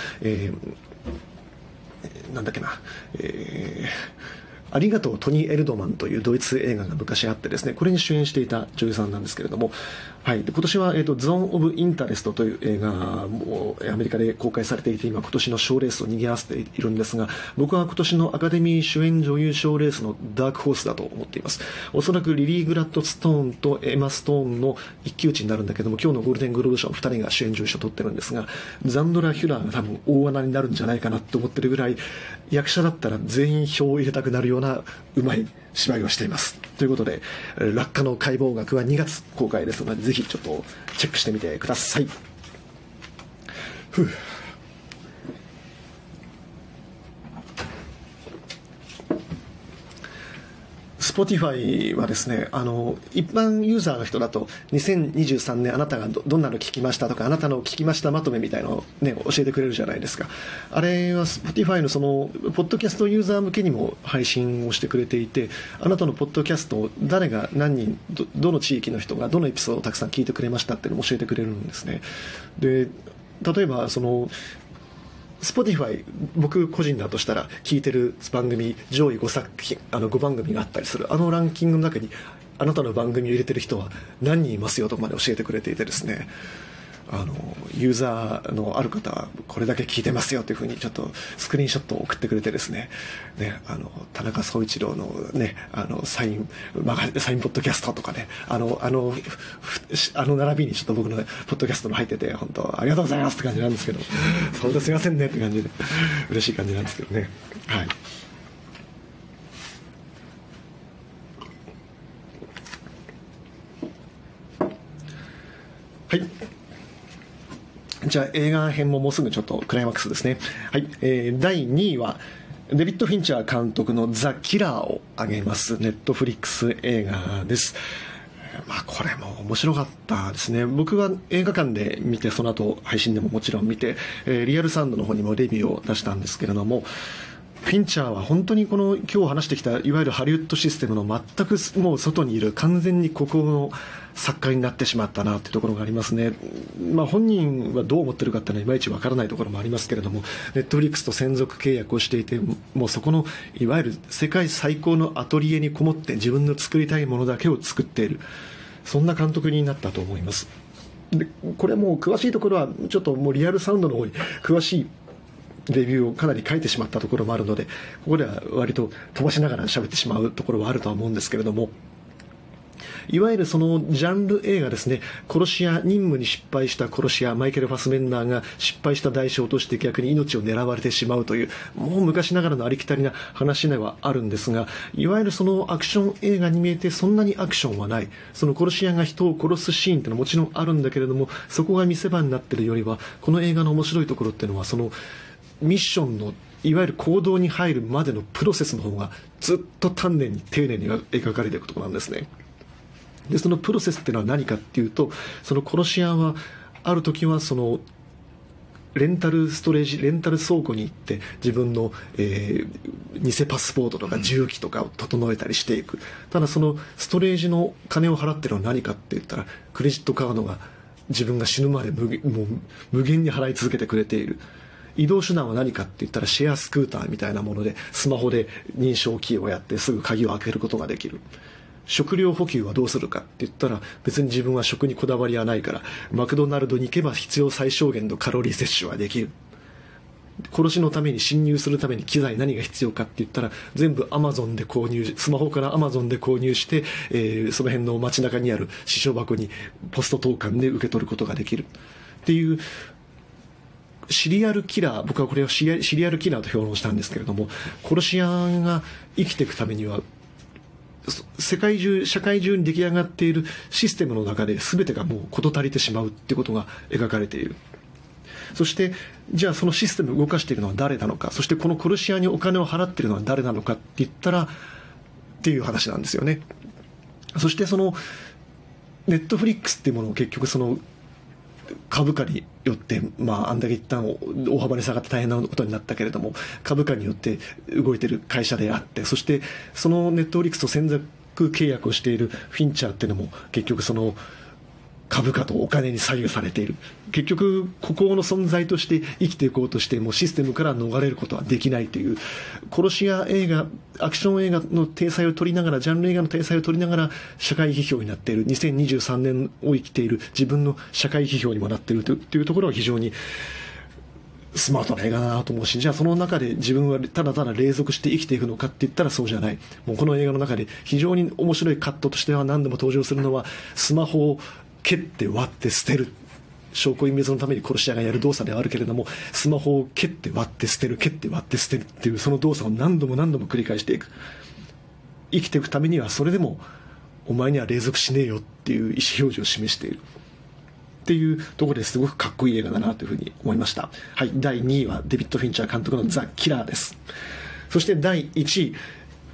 なんだっけな、ありがとうトニー・エルドマンというドイツ映画が昔あってですね、これに主演していた女優さんなんですけれども、はい、で今年は、ゾーン・オブ・インタレストという映画もアメリカで公開されていて、今年の賞レースを賑わせているんですが、僕は今年のアカデミー主演女優賞レースのダークホースだと思っています。おそらくリリー・グラッドストーンとエマ・ストーンの一騎打ちになるんだけども、今日のゴールデングローブ賞2人が主演女優賞を取ってるんですが、ザンドラ・ヒュラーが多分大穴になるんじゃないかなと思ってるぐらい、役者だったら全員票を入れたくなるようなうまい芝居をしています。ということで、落下の解剖学は2月公開ですので、ぜひちょっとチェックしてみてください。ス Spotify はですね、一般ユーザーの人だと2023年あなたがどんなの聞きましたとか、あなたの聞きましたまとめみたいなのを、ね、教えてくれるじゃないですか。あれは Spotify のそのポッドキャストユーザー向けにも配信をしてくれていて、あなたのポッドキャストを誰が何人 どの地域の人がどのエピソードをたくさん聞いてくれましたっていうのを教えてくれるんですね。で、例えばそのSpotify、僕個人だとしたら聞いてる番組上位5作品、5番組があったりする、ランキングの中にあなたの番組を入れてる人は何人いますよとかまで教えてくれていてですね、ユーザーのある方はこれだけ聞いてますよというふうにちょっとスクリーンショットを送ってくれてですね、田中総一郎のね、サインポッドキャストとかね、並びにちょっと僕のポッドキャストも入ってて、本当ありがとうございますって感じなんですけど、そうですいませんねって感じで嬉しい感じなんですけどね。はい。はい。じゃあ映画編ももうすぐちょっとクライマックスですね。はい。第2位はデビッド・フィンチャー監督のザ・キラーを挙げます。ネットフリックス映画です。これも面白かったですね。僕は映画館で見て、その後配信でももちろん見て、リアルサウンドの方にもレビューを出したんですけれども、フィンチャーは本当にこの今日話してきたいわゆるハリウッドシステムの全くもう外にいる完全に孤高の作家になってしまったなというところがありますね。本人はどう思ってるかっていうのはいまいちわからないところもありますけれども、ネットフリックスと専属契約をしていて、もうそこのいわゆる世界最高のアトリエにこもって自分の作りたいものだけを作っている、そんな監督になったと思います。でこれもう詳しいところはちょっともうリアルサウンドの方に詳しいレビューをかなり書いてしまったところもあるので、ここでは割と飛ばしながら喋ってしまうところはあるとは思うんですけれども、いわゆるそのジャンル映画ですね、殺し屋、任務に失敗した殺し屋マイケル・ファスベンダーが失敗した代償として逆に命を狙われてしまうという、もう昔ながらのありきたりな話ではあるんですが、いわゆるそのアクション映画に見えてそんなにアクションはない。その殺し屋が人を殺すシーンっていうのはもちろんあるんだけれども、そこが見せ場になっているよりは、この映画の面白いところっていうのはそのミッションのいわゆる行動に入るまでのプロセスの方がずっと丹念に丁寧に描かれていくところなんですね。でそのプロセスっていうのは何かっていうと、その殺し屋はある時はそのレンタル倉庫に行って自分の、偽パスポートとか重機とかを整えたりしていく。ただそのストレージの金を払ってるのは何かって言ったら、クレジットカードが自分が死ぬまでもう無限に払い続けてくれている。移動手段は何かって言ったらシェアスクーターみたいなもので、スマホで認証キーをやってすぐ鍵を開けることができる。食料補給はどうするかって言ったら、別に自分は食にこだわりはないからマクドナルドに行けば必要最小限のカロリー摂取はできる。殺しのために侵入するために機材何が必要かって言ったら、全部アマゾンで購入、スマホからアマゾンで購入して、その辺の街中にある私書箱にポスト投函で受け取ることができるっていうシリアルキラー、僕はこれをシリアルキラーと評論したんですけれども、殺し屋が生きていくためには社会中に出来上がっているシステムの中で全てがもう事足りてしまうっていうことが描かれている。そしてじゃあそのシステムを動かしているのは誰なのか、そしてこの殺し屋にお金を払っているのは誰なのかって言ったらっていう話なんですよね。そしてそのネットフリックスっていうものを結局その株価によって、あんだけ一旦大幅に下がって大変なことになったけれども、株価によって動いている会社であって、そしてそのネットフリックスと専属契約をしているフィンチャーっていうのも結局その株価とお金に左右されている。結局孤高の存在として生きていこうとしてもシステムから逃れることはできないという、殺し屋映画、アクション映画の体裁を取りながら、ジャンル映画の体裁を取りながら社会批評になっている、2023年を生きている自分の社会批評にもなっているというところは非常にスマートな映画だなと思うし、じゃあその中で自分はただただ隷属して生きていくのかって言ったらそうじゃない。もうこの映画の中で非常に面白いカットとしては何度も登場するのは、スマホを蹴って割って捨てる、証拠隠滅のために殺し屋がやる動作ではあるけれども、スマホを蹴って割って捨てる、蹴って割って捨てるっていうその動作を何度も繰り返していく。生きていくためにはそれでもお前には隷属しねえよっていう意思表示を示しているっていうところですごくかっこいい映画だなというふうに思いました。はい、第2位はデビッド・フィンチャー監督のザ・キラーです。そして第1位、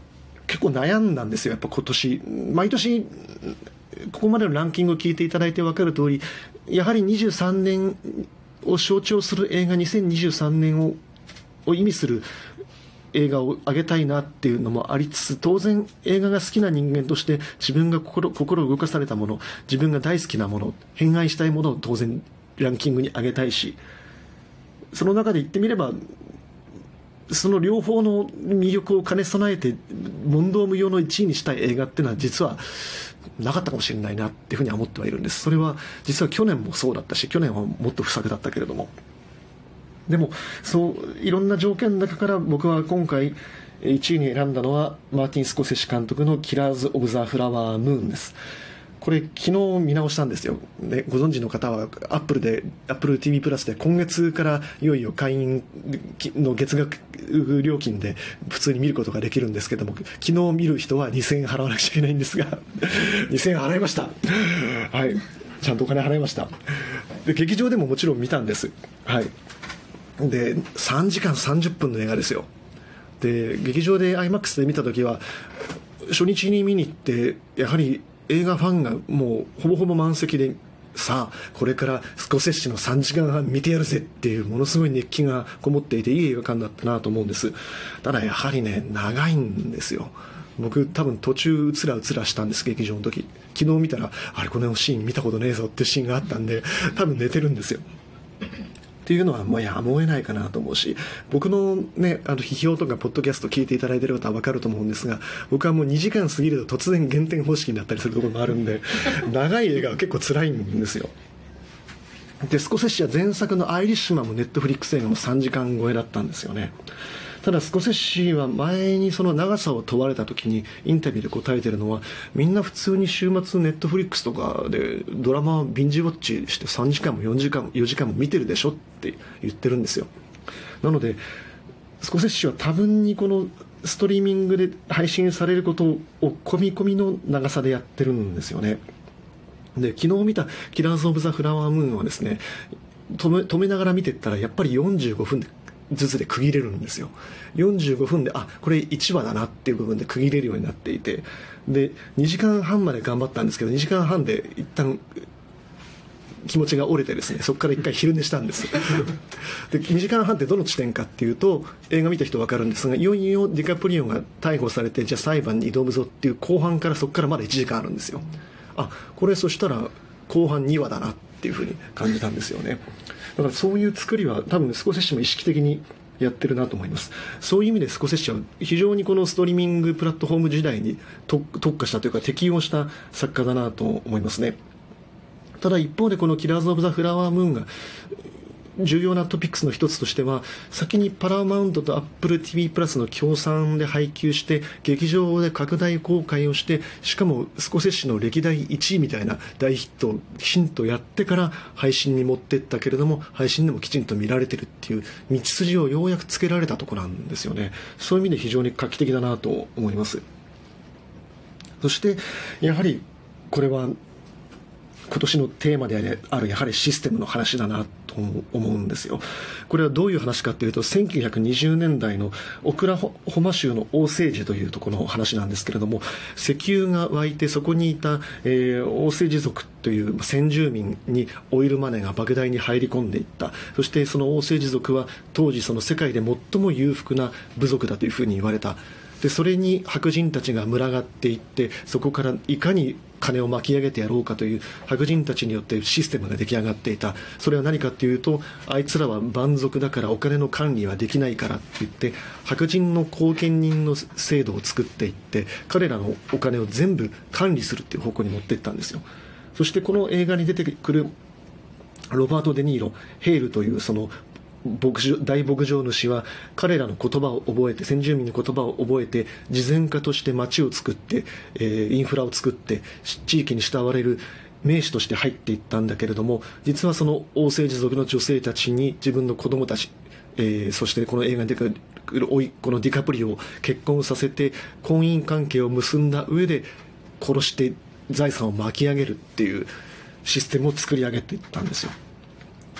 結構悩んだんですよ。やっぱ今年毎年ここまでのランキングを聞いていただいて分かる通り、やはり23年を象徴する映画、2023年を意味する映画を上げたいなっていうのもありつつ、当然映画が好きな人間として自分が心を動かされたもの、自分が大好きなもの、偏愛したいものを当然ランキングに上げたいし、その中で言ってみればその両方の魅力を兼ね備えて問答無用の1位にしたい映画っていうのは実はなかったかもしれないなっていうふうには思ってはいるんです。それは実は去年もそうだったし、去年はもっと不作だったけれども、でもそういろんな条件の中から僕は今回1位に選んだのはマーティン・スコセッシ監督のキラーズ・オブ・ザ・フラワームーンです。これ昨日見直したんですよ、ね、ご存知の方はアップル TV プラスで今月からいよいよ会員の月額料金で普通に見ることができるんですけども、昨日見る人は2000円払わなくちゃいけないんですが2000円払いました。はい、ちゃんとお金払いました。で劇場でももちろん見たんです。はい、で3時間30分の映画ですよ。で劇場で IMAX で見た時は初日に見に行ってやはり映画ファンがもうほぼほぼ満席で、さあこれからスコセッシの3時間半見てやるぜっていうものすごい熱気がこもっていていい映画館だったなと思うんです。ただやはりね長いんですよ。僕多分途中うつらしたんです、劇場の時。昨日見たらあれこのシーン見たことねえぞっていうシーンがあったんで多分寝てるんですよっていうのはもうやむを得ないかなと思うし、僕のね批評とかポッドキャスト聞いていただいている方は分かると思うんですが、僕はもう2時間過ぎると突然減点方式になったりするところもあるんで長い映画は結構辛いんですよ。でスコセッシは前作のアイリッシュマンもネットフリックス映画も3時間超えだったんですよね。ただスコセッシは前にその長さを問われた時にインタビューで答えてるのは、みんな普通に週末ネットフリックスとかでドラマビンジウォッチして3時間も4時間も見てるでしょって言ってるんですよ。なのでスコセッシは多分にこのストリーミングで配信されることを込み込みの長さでやってるんですよね。で昨日見たキラーズ・オブ・ザ・フラワームーンはですね、止めながら見てったらやっぱり45分ずつで区切れるんですよ。45分でこれ1話だなっていう部分で区切れるようになっていて、で2時間半まで頑張ったんですけど2時間半で一旦気持ちが折れてですね、そこから一回昼寝したんですで2時間半ってどの地点かっていうと、映画見た人分かるんですが、いよいよディカプリオが逮捕されてじゃあ裁判に挑むぞっていう後半からそこからまだ1時間あるんですよ。これそしたら後半2話だなっていうふうに感じたんですよね。だからそういう作りは多分スコセッシも意識的にやってるなと思います。そういう意味でスコセッシは非常にこのストリーミングプラットフォーム時代に特化したというか適応した作家だなと思いますね。ただ一方でこのキラーズ・オブ・ザ・フラワームーンが重要なトピックスの一つとしては、先にパラマウントと Apple TV プラスの協賛で配給して劇場で拡大公開をして、しかもスコセッシの歴代1位みたいな大ヒットをきちんとやってから配信に持っていったけれども、配信でもきちんと見られてるっていう道筋をようやくつけられたところなんですよね。そういう意味で非常に画期的だなと思います。そしてやはりこれは今年のテーマであるやはりシステムの話だなと思うんですよ。これはどういう話かというと、1920年代のオクラホマ州のオーセージというところの話なんですけれども、石油が湧いてそこにいた、オーセージ族という先住民にオイルマネーが莫大に入り込んでいった。そしてそのオーセージ族は当時その世界で最も裕福な部族だというふうに言われた。でそれに白人たちが群がっていって、そこからいかに金を巻き上げてやろうかという白人たちによってシステムが出来上がっていた。それは何かというと、あいつらは蛮族だからお金の管理はできないからって言って白人の後見人の制度を作っていって、彼らのお金を全部管理するっていう方向に持っていったんですよ。そしてこの映画に出てくるロバート・デ・ニーロ、ヘイルというその大牧場主は彼らの言葉を覚えて、先住民の言葉を覚えて慈善家として町を作って、インフラを作って地域に慕われる名士として入っていったんだけれども、実はその王政治族の女性たちに自分の子供たち、そしてこの映画に出てくる甥っ子のディカプリオを結婚させて婚姻関係を結んだ上で殺して財産を巻き上げるっていうシステムを作り上げていったんですよ。っ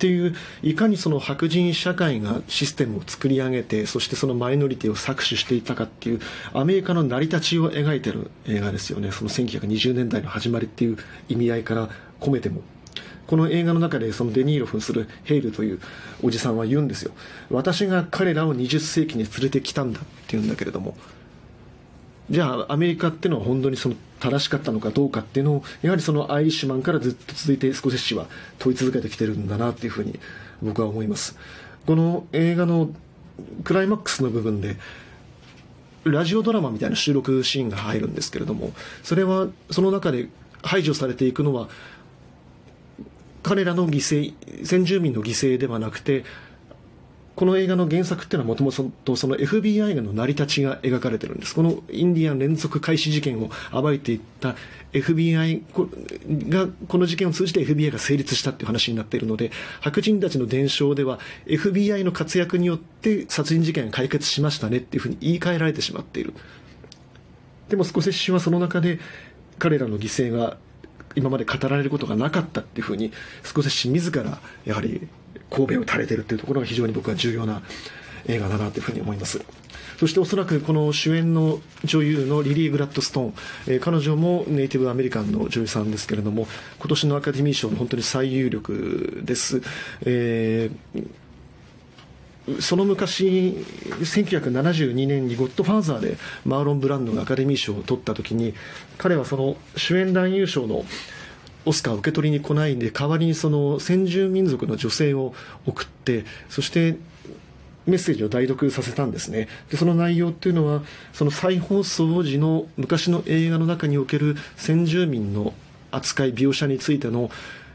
っていう、いかにその白人社会がシステムを作り上げて、そしてそのマイノリティを搾取していたかっていうアメリカの成り立ちを描いている映画ですよね。その1920年代の始まりっていう意味合いから込めても、この映画の中でそのデニーロ扮するヘイルというおじさんは言うんですよ。私が彼らを20世紀に連れてきたんだって言うんだけれども、じゃあアメリカっていうのは本当にその正しかったのかどうかっていうのを、やはりそのアイリッシュマンからずっと続いてスコセッシは問い続けてきてるんだなっていうふうに僕は思います。この映画のクライマックスの部分でラジオドラマみたいな収録シーンが入るんですけれども、それはその中で排除されていくのは彼らの犠牲、先住民の犠牲ではなくて、この映画の原作っていうのはもともとその FBI の成り立ちが描かれてるんです。このインディアン連続開始事件を暴いていった FBI が、この事件を通じて FBI が成立したっていう話になっているので、白人たちの伝承では FBI の活躍によって殺人事件が解決しましたねっていうふうに言い換えられてしまっている。でもスコセッシはその中で彼らの犠牲が今まで語られることがなかったっていうふうに、スコセッシ自らやはり神戸を垂れているというところが非常に僕は重要な映画だなというふうに思います。そしておそらくこの主演の女優のリリー・グラッドストーン、彼女もネイティブアメリカンの女優さんですけれども、今年のアカデミー賞の本当に最有力です。その昔1972年にゴッドファーザーでマーロン・ブランドがアカデミー賞を取った時に、彼はその主演男優賞のオスカーを受け取りに来ないんで、代わりにその先住民族の女性を送って、そしてメッセージを代読させたんですね。でその内容っていうのは、その再放送時の昔の映画の中における先住民の扱い、描写についての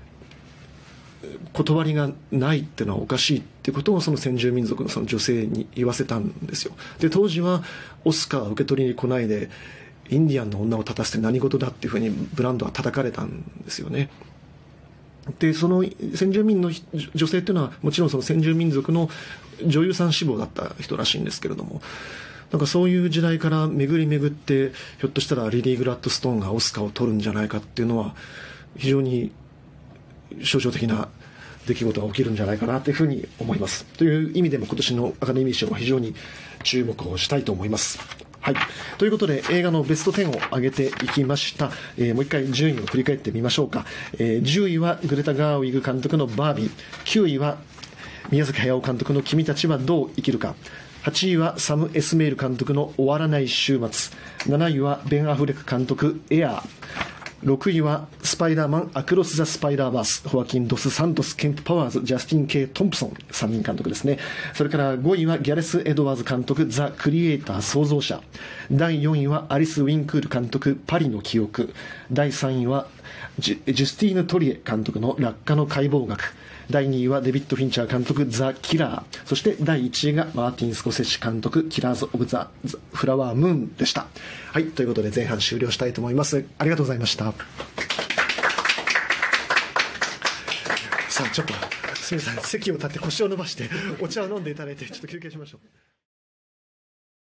断りがないっていうのはおかしいっていうことを、その先住民族のその女性に言わせたんですよ。で当時はオスカーを受け取りに来ないで、インディアンの女を立たせて何事だっていうふうにブランドは叩かれたんですよね。でその先住民の女性っていうのはもちろんその先住民族の女優さん志望だった人らしいんですけれども、なんかそういう時代から巡り巡って、ひょっとしたらリリー・グラッドストーンがオスカーを取るんじゃないかっていうのは、非常に象徴的な出来事が起きるんじゃないかなというふうに思います。という意味でも今年のアカデミー賞は非常に注目をしたいと思います。はい、ということで映画のベスト10を上げていきました。もう一回順位を振り返ってみましょうか。10位はグレタ・ガーウィグ監督のバービー、9位は宮崎駿監督の君たちはどう生きるか、8位はサム・エスメール監督の終わらない週末、7位はベン・アフレック監督エアー、6位はスパイダーマンアクロス・ザ・スパイダーバース、ホアキン・ドス・サントス、ケンプ・パワーズ、ジャスティン・K・トンプソン、3人監督ですね。それから5位はギャレス・エドワーズ監督ザ・クリエイター創造者、第4位はアリス・ウィンクール監督パリの記憶、第3位はジュスティーヌ・トリエ監督の落下の解剖学、第2位はデビッド・フィンチャー監督ザ・キラー、そして第1位がマーティン・スコセッシ監督キラーズ・オブ・ザ・フラワームーンでした。はい、ということで前半終了したいと思います。ありがとうございました。さあちょっとすみません、席を立って腰を伸ばしてお茶を飲んでいただいてちょっと休憩しましょう。